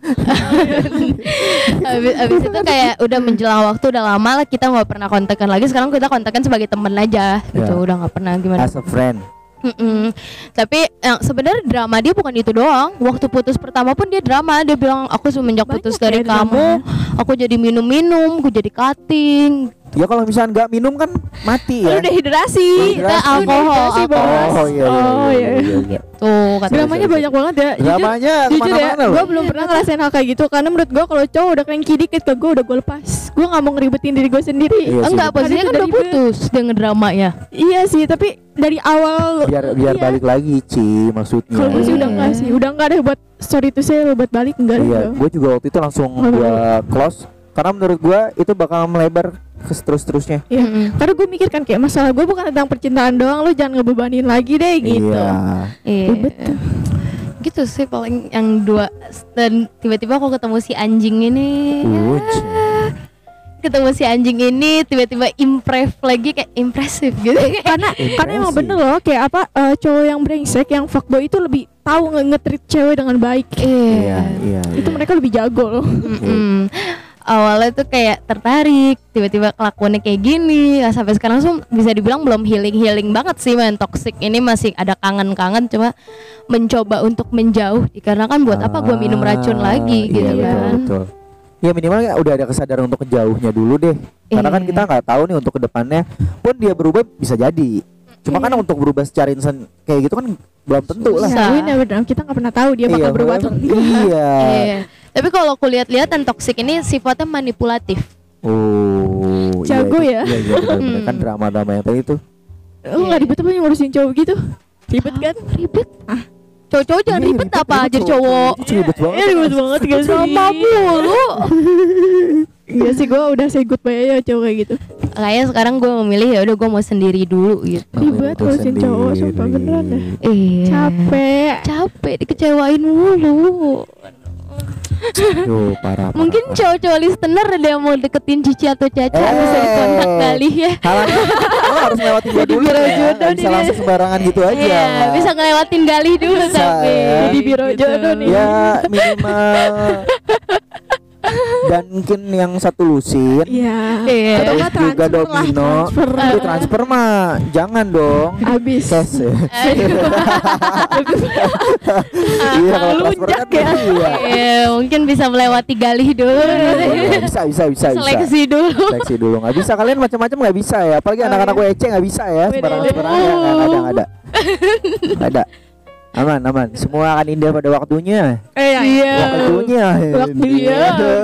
Habis, habis itu kayak udah menjelang waktu udah lama lah kita nggak pernah kontekan lagi. Sekarang kita kontekan sebagai temen aja gitu. Ya. Udah nggak pernah gimana. As a friend. Mm-mm. Tapi yang sebenarnya drama dia bukan itu doang. Waktu putus pertama pun dia drama. Dia bilang aku semenjak Banyak putus ya dari drama. kamu, aku jadi minum-minum, aku jadi cutting. Ya kalau misalnya nggak minum kan mati Lu ya. dehidrasi. Dehidrasi. Kita alkohol, Dehidrasi, Bos. Oh iya iya Oh, iya. iya. iya, iya. Tuh kata Dramanya banyak banget ya. Jujur, Dramanya jujur ya, kemana-mana loh. gue belum pernah ngerasain hal kayak gitu. Karena menurut gue kalau cowok udah cranky dikit ke gue udah gue lepas. Gue nggak mau ngeribetin diri gue sendiri. Iya sih, enggak, betul. posisinya kan Karena udah itu dari putus dengan dramanya. Iya sih, tapi dari awal Biar biar iya. balik lagi Ci maksudnya. Kalau gue sih udah Iya. enggak sih, udah enggak deh buat sorry to say buat balik enggak deh. Iya, gua. gue juga waktu itu langsung gue close karena menurut gue itu bakal melebar ke terus-terusnya. Iya. Mm-mm. Karena gue mikir kan kayak masalah gue bukan tentang percintaan doang, lu jangan ngebebanin lagi deh gitu. Iya. Iya. Ribet tuh. Gitu sih paling yang dua. Dan tiba-tiba aku ketemu si anjing ini. Uj. Ketemu si anjing ini tiba-tiba impress lagi, kayak impresif gitu. Karena karena emang Impresi. bener loh kayak apa eh, cowok yang brengsek yang fuckboy itu lebih tahu nge- nge-treat cewek dengan baik. Iya, iya. Itu iya. mereka lebih jago loh. Mm-mm. Awalnya tuh kayak tertarik, tiba-tiba kelakuannya kayak gini. Nah, sampai sekarang tuh bisa dibilang belum healing-healing banget sih, main toxic ini masih ada kangen-kangen, cuma mencoba untuk menjauh. Karena kan buat apa gue minum racun Ah, lagi gitu iya, betul, kan. betul. Ya minimal ya udah ada kesadaran untuk kejauhnya dulu deh. Karena kan Iya. kita nggak tahu nih untuk kedepannya pun dia berubah bisa jadi. Cuma kan Iya. untuk berubah secara insan kayak gitu kan belum tentu lah. Susah. Iya, bener. Kita nggak pernah tahu dia bakal Iya, berubah atau bener. enggak. Iya. Iya. Tapi kalau aku lihat-lihat yang toxic ini sifatnya manipulatif. Oh, Jago iya, ya. Iya, iya benar-benar Hmm. kan drama-drama yang tadi itu. Lu nggak ribet apa yang ngurusin cowok gitu? Ribet kan? Ribet. Cowok-cowok jangan Iya, ribet apa ribet jadi cowok. Itu ribet banget. Iya ribet banget gak sih? Sama mulu. Iya sih gue udah say goodbye aja cowok kayak gitu. Kayaknya sekarang gue memilih ya udah gue mau sendiri dulu gitu. Ribet Aku ngurusin cowok, sendiri. sumpah beneran dah. Iya. Capek. Capek dikecewain mulu. Duh, parah. parah, Mungkin parah. cowok-cowok listener ada yang mau deketin Cici atau Caca, Eh. bisa dikontak kali ya. Halangi, lo harus ngelewatin gua Jadi dulu biro ya. jodoh Nggak bisa nih. langsung sembarangan gitu aja. Iya, bisa ngelewatin Galih dulu Bisa, tapi. ya. Jadi biro jodoh nih. Ya minimal dan mungkin yang satu lusin Iya. Iya. Atau terus nggak juga transfer lah, domino transfer. Itu transfer mah jangan dong Abis. cash ya. Iya kalau transfer kan Lunjak ya. iya. Iya, mungkin bisa melewati Galih dulu. Iya, bisa bisa bisa bisa Seleksi dulu. seleksi dulu nggak bisa kalian macam-macam nggak bisa ya apalagi Oh, anak-anak iya. W C nggak bisa ya Beda, sembarangan beda. sembarangan ya nggak nggak ada nggak ada nggak ada aman aman semua akan indah pada waktunya Eh ya. Iya. waktunya Waktunya.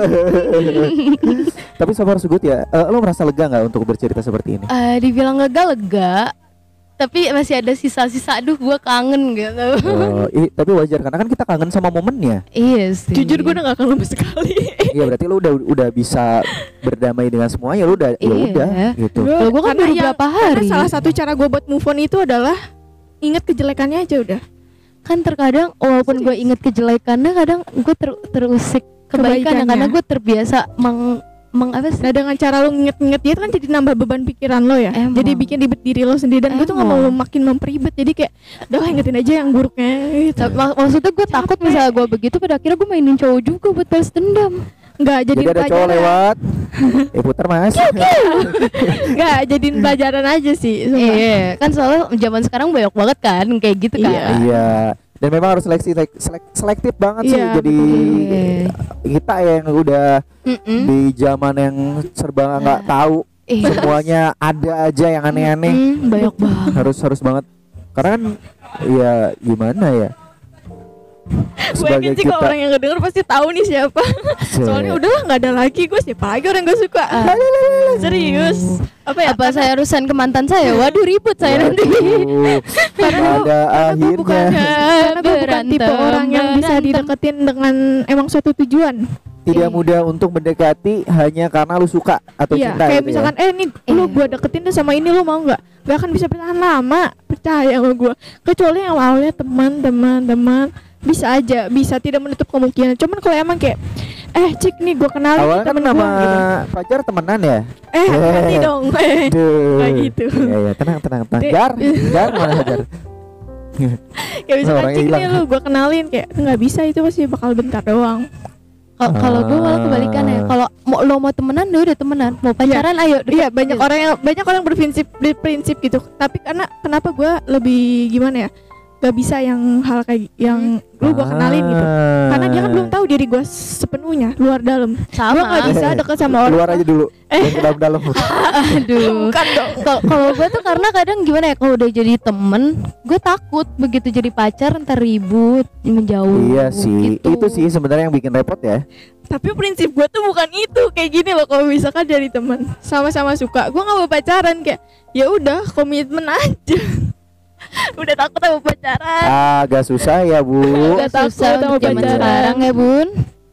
tapi so far so good ya. Eh, lo merasa lega nggak untuk bercerita seperti ini? Eh, dibilang lega-lega, tapi masih ada sisa-sisa. Aduh, gue kangen gitu. Oh, i- tapi wajar karena kan kita kangen sama momennya. Iya sih. Jujur gue udah gak kangen sama sekali. Iya berarti lo udah udah bisa berdamai dengan semuanya. Lo udah ya Iya. udah gitu. Kalau gua kan Karena baru yang- berapa karena hari. salah satu cara gue buat move on itu adalah inget kejelekannya aja udah. Kan terkadang walaupun gue inget kejelekannya, kadang gue ter terusik kebaikannya Kebaikannya. karena gue terbiasa meng meng apa sih? Nah dengan cara lo nginget-nginget dia itu kan jadi nambah beban pikiran lo ya. Emang. Jadi bikin ribet diri lo sendiri dan gue tuh gak mau Emang. makin memperibet. Jadi kayak udah ingetin aja yang buruknya gitu. Mak- mak- maksudnya gue takut misalnya gue begitu, pada akhirnya gue mainin cowok juga buat balas dendam. Enggak jadi Jadi ada cowok lewat, eh putar mas. Enggak jadiin pelajaran aja sih. sumpah. Iya, kan soalnya zaman sekarang banyak banget kan kayak gitu kan. Iya. Iya. Dan memang harus seleksi selek- selektif banget sih. Iya, Jadi betul. kita yang udah Mm-mm. di zaman yang serba nggak tahu, Iya. semuanya ada aja yang aneh-aneh. Mm, banyak banget. Harus harus banget. Karena kan ya gimana ya? Gue yakin sih kalau orang yang ngedenger pasti tahu nih siapa. Soalnya udahlah nggak ada lagi gue siapa lagi orang gue suka. Ah. Serius. Apa ya? Apa saya urusan ke mantan saya? Waduh ribut saya nanti. Karena pada Karena gue bukan, akhirnya karena gue bukan tipe orang yang bisa berantem. dideketin dengan emang suatu tujuan. tidak mudah untuk mendekati hanya karena lu suka atau Iya, cinta kayak gitu ya. misalkan eh nih lu Iya. gue deketin tuh sama ini lu mau nggak? Gak akan bisa bertahan lama, percaya sama gue. Kecuali yang awalnya teman-teman teman bisa aja, bisa tidak menutup kemungkinan. Cuman kalau emang kayak eh cik nih gue kenalin nih Awalnya kan temen nama gue gitu. pacar temenan ya. Eh hati dong. Eh. Duh. Kayak gitu. Ya, ya, tenang tenang tenang. Dek. Jar, jar mana jar. Kayak misalkan Orangnya cik nih hilang. lu gue kenalin kayak nggak bisa itu pasti bakal bentar doang. Kal- Kalau gue malah kebalikannya. Kalau mau lo mau temenan, ya udah temenan. Mau pacaran, ayo. deket. Iya banyak orang yang banyak orang berprinsip berprinsip gitu. Tapi karena kenapa gue lebih gimana ya? gak bisa yang hal kayak yang lu gue kenalin gitu. Karena dia kan belum tahu diri gue sepenuhnya luar dalam. Sama. Gue nggak bisa deket sama orang. Luar aja dulu. Yang ke dalam-dalam. Aduh. Bukan dong. Kalau kalau gue tuh karena kadang gimana ya, kalau udah jadi temen, gue takut begitu jadi pacar ntar ribut, menjauh. Iya sih, gitu. itu sih sebenarnya yang bikin repot ya. Tapi prinsip gue tuh bukan itu. Kayak gini loh, kalau misalkan dari temen sama-sama suka, gue nggak mau pacaran, kayak ya udah komitmen aja. Udah takut sama pacaran. Agak susah ya bu. Agak takut Susah sama untuk zaman pacaran. sekarang ya bun.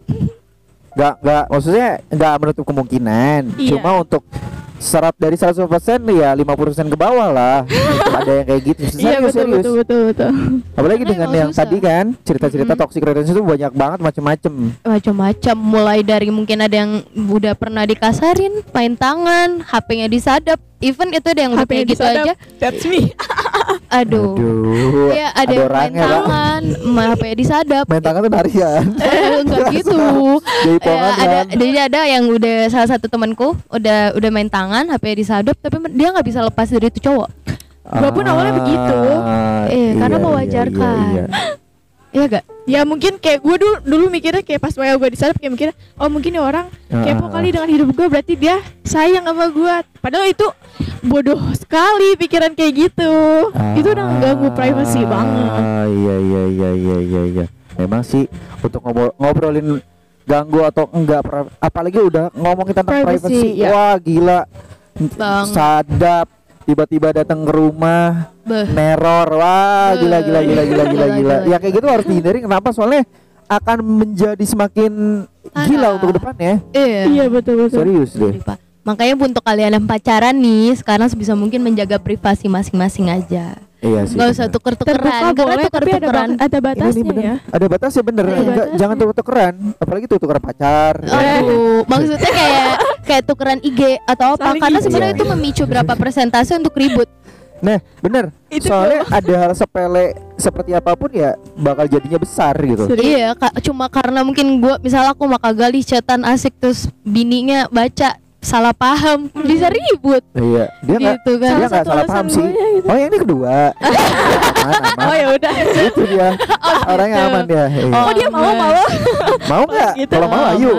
Gak, gak, maksudnya gak menutup kemungkinan. Iya. Cuma untuk serat dari seratus persen ya lima puluh persen ke bawah lah. Ada yang kayak gitu. Serius, Iya betul, serius. betul betul betul. Apalagi Karena dengan emang yang susah. tadi kan cerita-cerita Mm-mm. toxic relationship itu banyak banget macem-macem. Macam-macam, mulai dari mungkin ada yang udah pernah dikasarin, main tangan, H P-nya disadap, even itu ada yang udah H P kayak gitu disadap. aja. That's me. Aduh. Aduh. Iya, ada yang main orangnya Pak. tangan, ma- H P-nya disadap. Main tangan tuh tarian. Eh, enggak gitu. Jadi Ya, pongan ada kan. jadi ada yang udah salah satu temanku udah udah main tangan, H P-nya disadap, tapi dia nggak bisa lepas dari itu cowok. Gua pun awalnya begitu. Eh, karena iya, mewajarkan. iya, iya. Iya gak? Ya mungkin kayak gue dulu dulu mikirnya kayak pas W A gue disadap, kayak mikirnya oh mungkin ini orang kepo Ah. kali dengan hidup gue, berarti dia sayang sama gue. Padahal itu bodoh sekali pikiran kayak gitu. Itu udah mengganggu privasi banget. Ah, iya iya iya iya iya iya. Memang sih untuk ngobrol, ngobrolin ganggu atau enggak, pra- apalagi udah ngomongin tentang Privacy, privacy, ya. wah gila. Banget. Sadap tiba-tiba datang ke rumah Beh. neror, wah Beh. gila gila gila gila gila Gila, gila. gila, Ya kayak gitu harus dihindari. Kenapa? Soalnya akan menjadi semakin gila Parah. untuk depannya. Iya. Iya betul betul. Serius deh. Sorry, Pak. Makanya untuk kalian yang pacaran nih, sekarang sebisa mungkin menjaga privasi masing-masing aja. Iya sih. Nggak usah bener. tuker-tukeran, Terbuka karena boleh, tapi ada, tuker-tukeran. ba- ada Ini nih batasnya bener. ya. Ada batasnya bener. Ada Enggak, batasnya. jangan tuker-tukeran. Apalagi tuh tuker pacar. Aduh, maksudnya kayak kayak tukeran I G atau apa? Saling Karena I G. sebenarnya Iya. itu memicu berapa persentase untuk ribut. Nah, bener. Itu Soalnya ada hal sepele seperti apapun ya bakal jadinya besar gitu. Serius. Iya, ka- cuma karena mungkin gua misalnya aku sama Kak Gali chatan asik terus bininya baca salah paham, bisa ribut. Iya, dia nggak Gitu kan. dia Salah nggak satu salah alasan paham sih. gue ya gitu. Oh, yang ini kedua. aman, aman. Oh ya udah. Itu dia. Orangnya gitu. aman dia. Iya. Oh dia mau aman. mau. Mau nggak? gitu. Kalau mau ayo.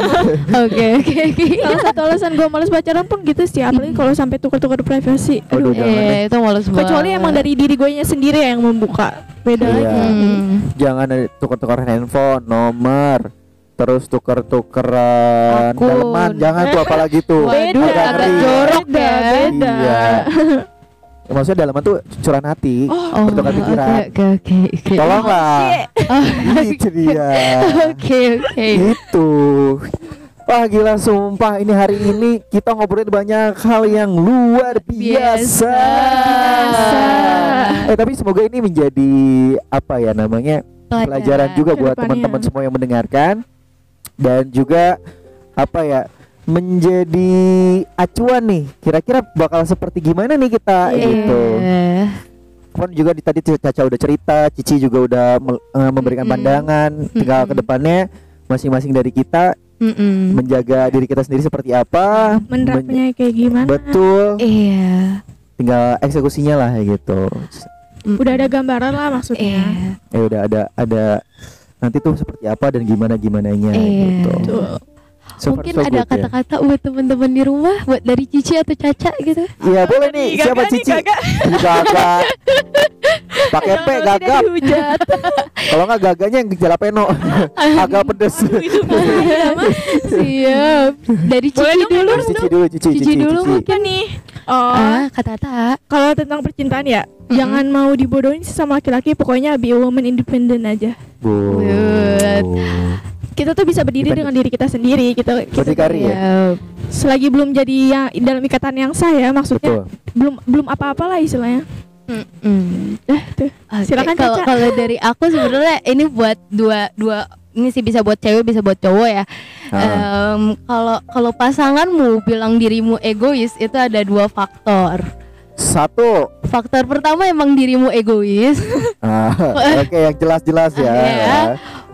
Oke, oke, oke. Salah satu alasan gue males pacaran pun gitu sih, apalagi kalau sampai tukar-tukar privasi. Aduh, Aduh. jangan deh. Eh, itu males banget. Kecuali emang dari diri gue nya sendiri yang membuka. Beda Iya. lagi. Hmm. Jangan ada tukar-tukar handphone, nomor, terus tuker-tukeran Akun. daleman. Jangan tuh apalagi tuh. Waduh, Agak agak ngeri. jorok beda, ya. beda. Iya. Maksudnya daleman tuh curahan hati. Oh, bertukar oke, pikiran. oke, oke, oke. Tolonglah. Oh, Itu dia. Oke, oke. Itu. Wah gila sumpah, ini hari ini kita ngobrolin banyak hal yang luar biasa. Biasa. Eh tapi semoga ini menjadi apa ya namanya pelajaran juga ke buat depannya. teman-teman semua yang mendengarkan, dan juga apa ya menjadi acuan nih, kira-kira bakal seperti gimana nih kita Iya. gitu. Kan juga di tadi Caca udah cerita, Cici juga udah mel- eh, memberikan Mm-mm. pandangan, tinggal Mm-mm. ke depannya masing-masing dari kita Mm-mm. menjaga diri kita sendiri seperti apa, men- Menerapnya kayak gimana? betul, Iya. tinggal eksekusinya lah kayak gitu. Udah ada gambaran lah maksudnya. Iya. Ya udah ada ada nanti tuh seperti apa dan gimana gimananya Iya. gitu. Tuh. So far, Mungkin so ada good ya. kata-kata buat teman-teman di rumah, buat dari Cici atau Caca gitu. Iya boleh nih. Gaga Siapa nih, Cici? Gaga. Ini Gaga. Pakai P Jangan gagap. tidak dihujat. Kalau nggak gaganya yang jalapeno. Agak pedes. Itu bahaya mah. Siap. Dari Boleh Cici dong, dulu. boleh Cici dulu, Cici, Cici dulu Cici. mungkin. Apa nih? Oh, Ah, kata-kata. kalau tentang percintaan ya, jangan mau dibodohin sih sama laki-laki. Pokoknya be a woman independent aja. Bu. Buat. Kita tuh bisa berdiri Kita- dengan diri kita sendiri. Kita, kita Berdikari ya. Siap. selagi belum jadi yang dalam ikatan yang sah ya, maksudnya Betul. belum belum apa-apa lah istilahnya. Mm-mm. Eh, tuh. Oke, Silakan, kalau Caca. kalau dari aku sebenarnya ini buat dua dua ini sih bisa buat cewek bisa buat cowok ya. Ah. Em, Kalau kalau pasanganmu bilang dirimu egois itu ada dua faktor. Satu. Faktor pertama emang dirimu egois. Ah, Oke yang jelas-jelas ya. Ya.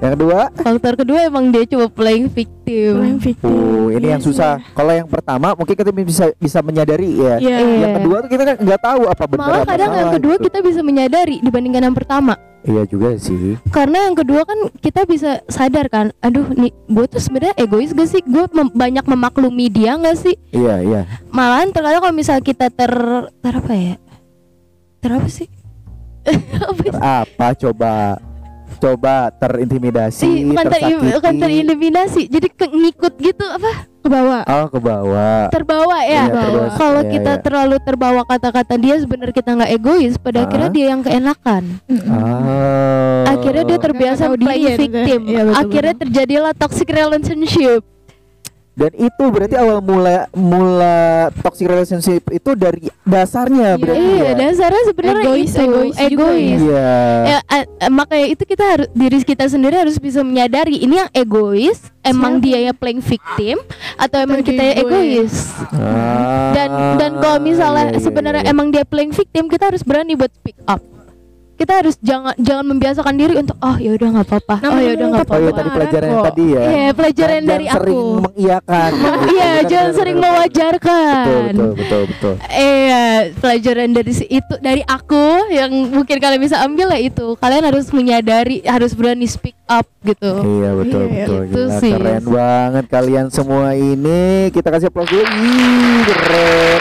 Yang kedua, Faktor kedua emang dia cuma playing victim. Playing victim. oh ini Iya yang sih susah. ya. Kalau yang pertama mungkin kita bisa bisa menyadari ya. Iya. Yang kedua tuh kita kan nggak tahu apa benar Malah apa kadang yang salah kedua gitu. kita bisa menyadari dibandingkan yang pertama. Iya juga sih. Karena yang kedua kan kita bisa sadar kan, aduh nih gue tuh sebenarnya egois gak sih, gue mem- banyak memaklumi dia gak sih. Iya iya. Malahan terkadang kalau misal kita ter ter apa ya, ter apa sih? Apa sih? Apa coba coba terintimidasi, Ih, bukan, ter- tersakiti. bukan terintimidasi, jadi ke- ngikut gitu apa? Ke bawah. Oh ke bawah. Terbawa ya. Iya, terbawa. Kalau Iya, kita iya. terlalu terbawa kata-kata dia, sebenarnya kita nggak egois, pada Ah. akhirnya dia yang keenakan. Ah. Akhirnya dia terbiasa Nggak tahu diri playing ya, victim. iya, betul, Akhirnya betul. terjadilah toxic relationship. Dan itu berarti awal mula mula toxic relationship itu dari dasarnya berarti Iya, ya. dasarnya sebenarnya Egois, itu egois juga egois. Iya. Ya, a- a- makanya itu kita harus, diri kita sendiri harus bisa menyadari ini yang egois, emang Siapa? dia yang playing victim atau emang Atau kita dia yang egois. Ah, Dan dan kalau misalnya iya, iya, sebenarnya iya. emang dia playing victim, kita harus berani buat speak up. Kita harus jangan jangan membiasakan diri untuk oh ya udah nggak apa-apa. Oh Namanya ya udah nggak mengungkap Oh iya apa-apa. tadi pelajaran yang kok. tadi ya. Iya, pelajaran Dan dari jangan sering aku. mengiyakan. Iya, Benar, jangan benar, sering benar. mewajarkan. Betul betul betul betul. Iya, pelajaran dari si itu dari aku yang mungkin kalian bisa ambil ya itu. Kalian harus menyadari, harus berani speak up gitu. Iya betul Iya, betul. gitu Gila, sih. keren banget kalian semua ini. Kita kasih aplaus dulu. Ih, keren.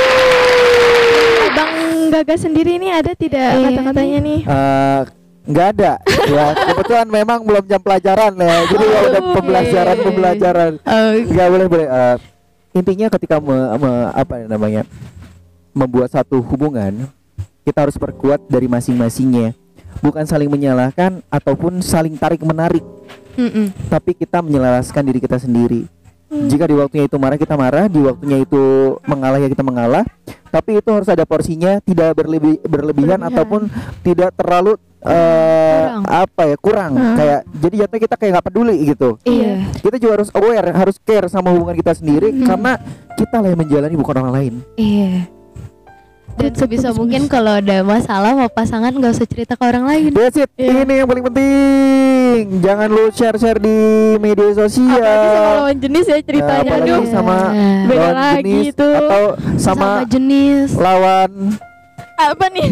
Bang Gaga sendiri ini ada tidak Iya. kata-katanya nih? Eh, nggak ada ya kebetulan memang belum jam pelajaran ya jadi ya udah Oh, pembelajaran iya. pembelajaran Oh, nggak boleh boleh Eh, intinya ketika me- me- apa namanya membuat satu hubungan kita harus perkuat dari masing-masingnya bukan saling menyalahkan ataupun saling tarik menarik mm-mm. tapi kita menyelaraskan diri kita sendiri. Jika di waktunya itu marah kita marah, di waktunya itu mengalah ya kita mengalah. Tapi itu harus ada porsinya, tidak berlebih berlebihan Berlebihan. ataupun tidak terlalu eh, Kurang. apa ya kurang. Hmm. Kayak jadi jatuhnya kita kayak nggak peduli gitu. Iya. Kita juga harus aware, harus care sama hubungan kita sendiri Hmm. karena kita lah yang menjalani bukan orang lain. Iya. Dan sebisa mungkin kalau ada masalah sama pasangan nggak usah cerita ke orang lain. That's it. Iya. Ini yang paling penting. Jangan lu share-share di media sosial. Apalagi sama lawan jenis ya ceritanya. Apalagi Aduh, sama beda lawan lagi jenis itu. atau Sama, sama, jenis. lawan apa nih?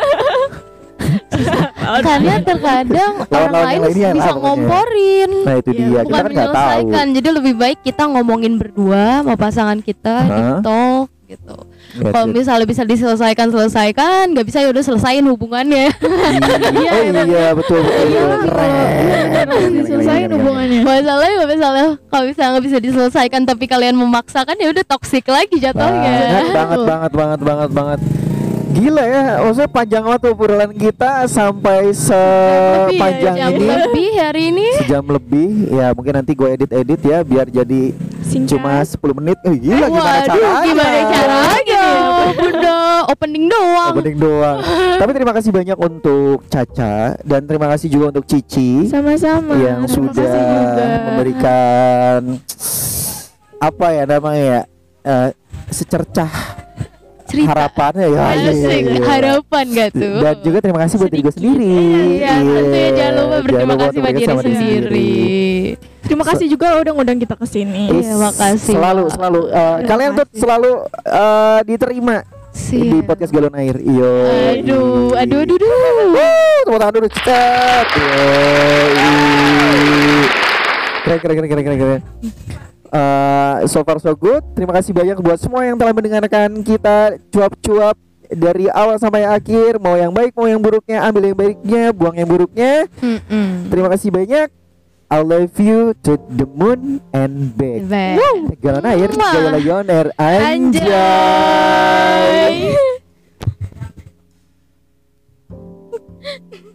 Karena terkadang orang Lawan-lawan lain yang lainnya bisa lah pokoknya. ngomporin. nah itu Iya, dia kita Bukan kan nggak tahu. menyelesaikan. Jadi lebih baik kita ngomongin berdua sama pasangan kita di Hah? talk gitu. That's Kalau it. misalnya bisa diselesaikan selesaikan, nggak bisa ya udah selesain hubungannya. Iya, oh iya betul betul. Iya, betul. Keren. harus diselesain hubungannya. Masalahnya kalau misalnya kalau misalnya nggak bisa diselesaikan tapi kalian memaksakan ya udah toksik lagi jatuhnya. Banget banget banget banget banget banget. Gila ya, maksudnya panjang banget tuh obrolan kita sampai sepanjang Jam ini lebih hari ini. sejam lebih. Ya mungkin nanti gue edit-edit ya biar jadi Singkat. cuma sepuluh menit. Eh, gila gimana Waduh, caranya? gimana caranya? Udah opening doang. Opening doang. Tapi terima kasih banyak untuk Caca dan terima kasih juga untuk Cici Sama-sama. yang Terima sudah kasih juga. memberikan apa ya namanya ya eh, secercah Cerita. harapannya ya. Iya, Asik, iya. harapan gak tuh? Dan juga terima kasih buat diri gue sendiri. Iya, tentunya jangan lupa berterima Jangan lupa kasih sama untuk diri sama sendiri. Terima kasih juga udah ngundang kita ke sini. Iya, makasih. Selalu selalu eh, Terima kalian tuh kasih. selalu eh, diterima Siap. di podcast Galon Air. Iyo. Aduh, aduh, aduh, aduh. Wuh, tepuk tangan dulu cepat. Yoi. Keren keren keren keren keren keren. Uh, so far so good. Terima kasih banyak buat semua yang telah mendengarkan kita cuap-cuap dari awal sampai akhir. Mau yang baik mau yang buruknya, ambil yang baiknya, buang yang buruknya. Mm-mm. Terima kasih banyak. I love you to the moon and back. Back. Galon Air, Mwah. gaya lagi on air. Anjay. Anjay.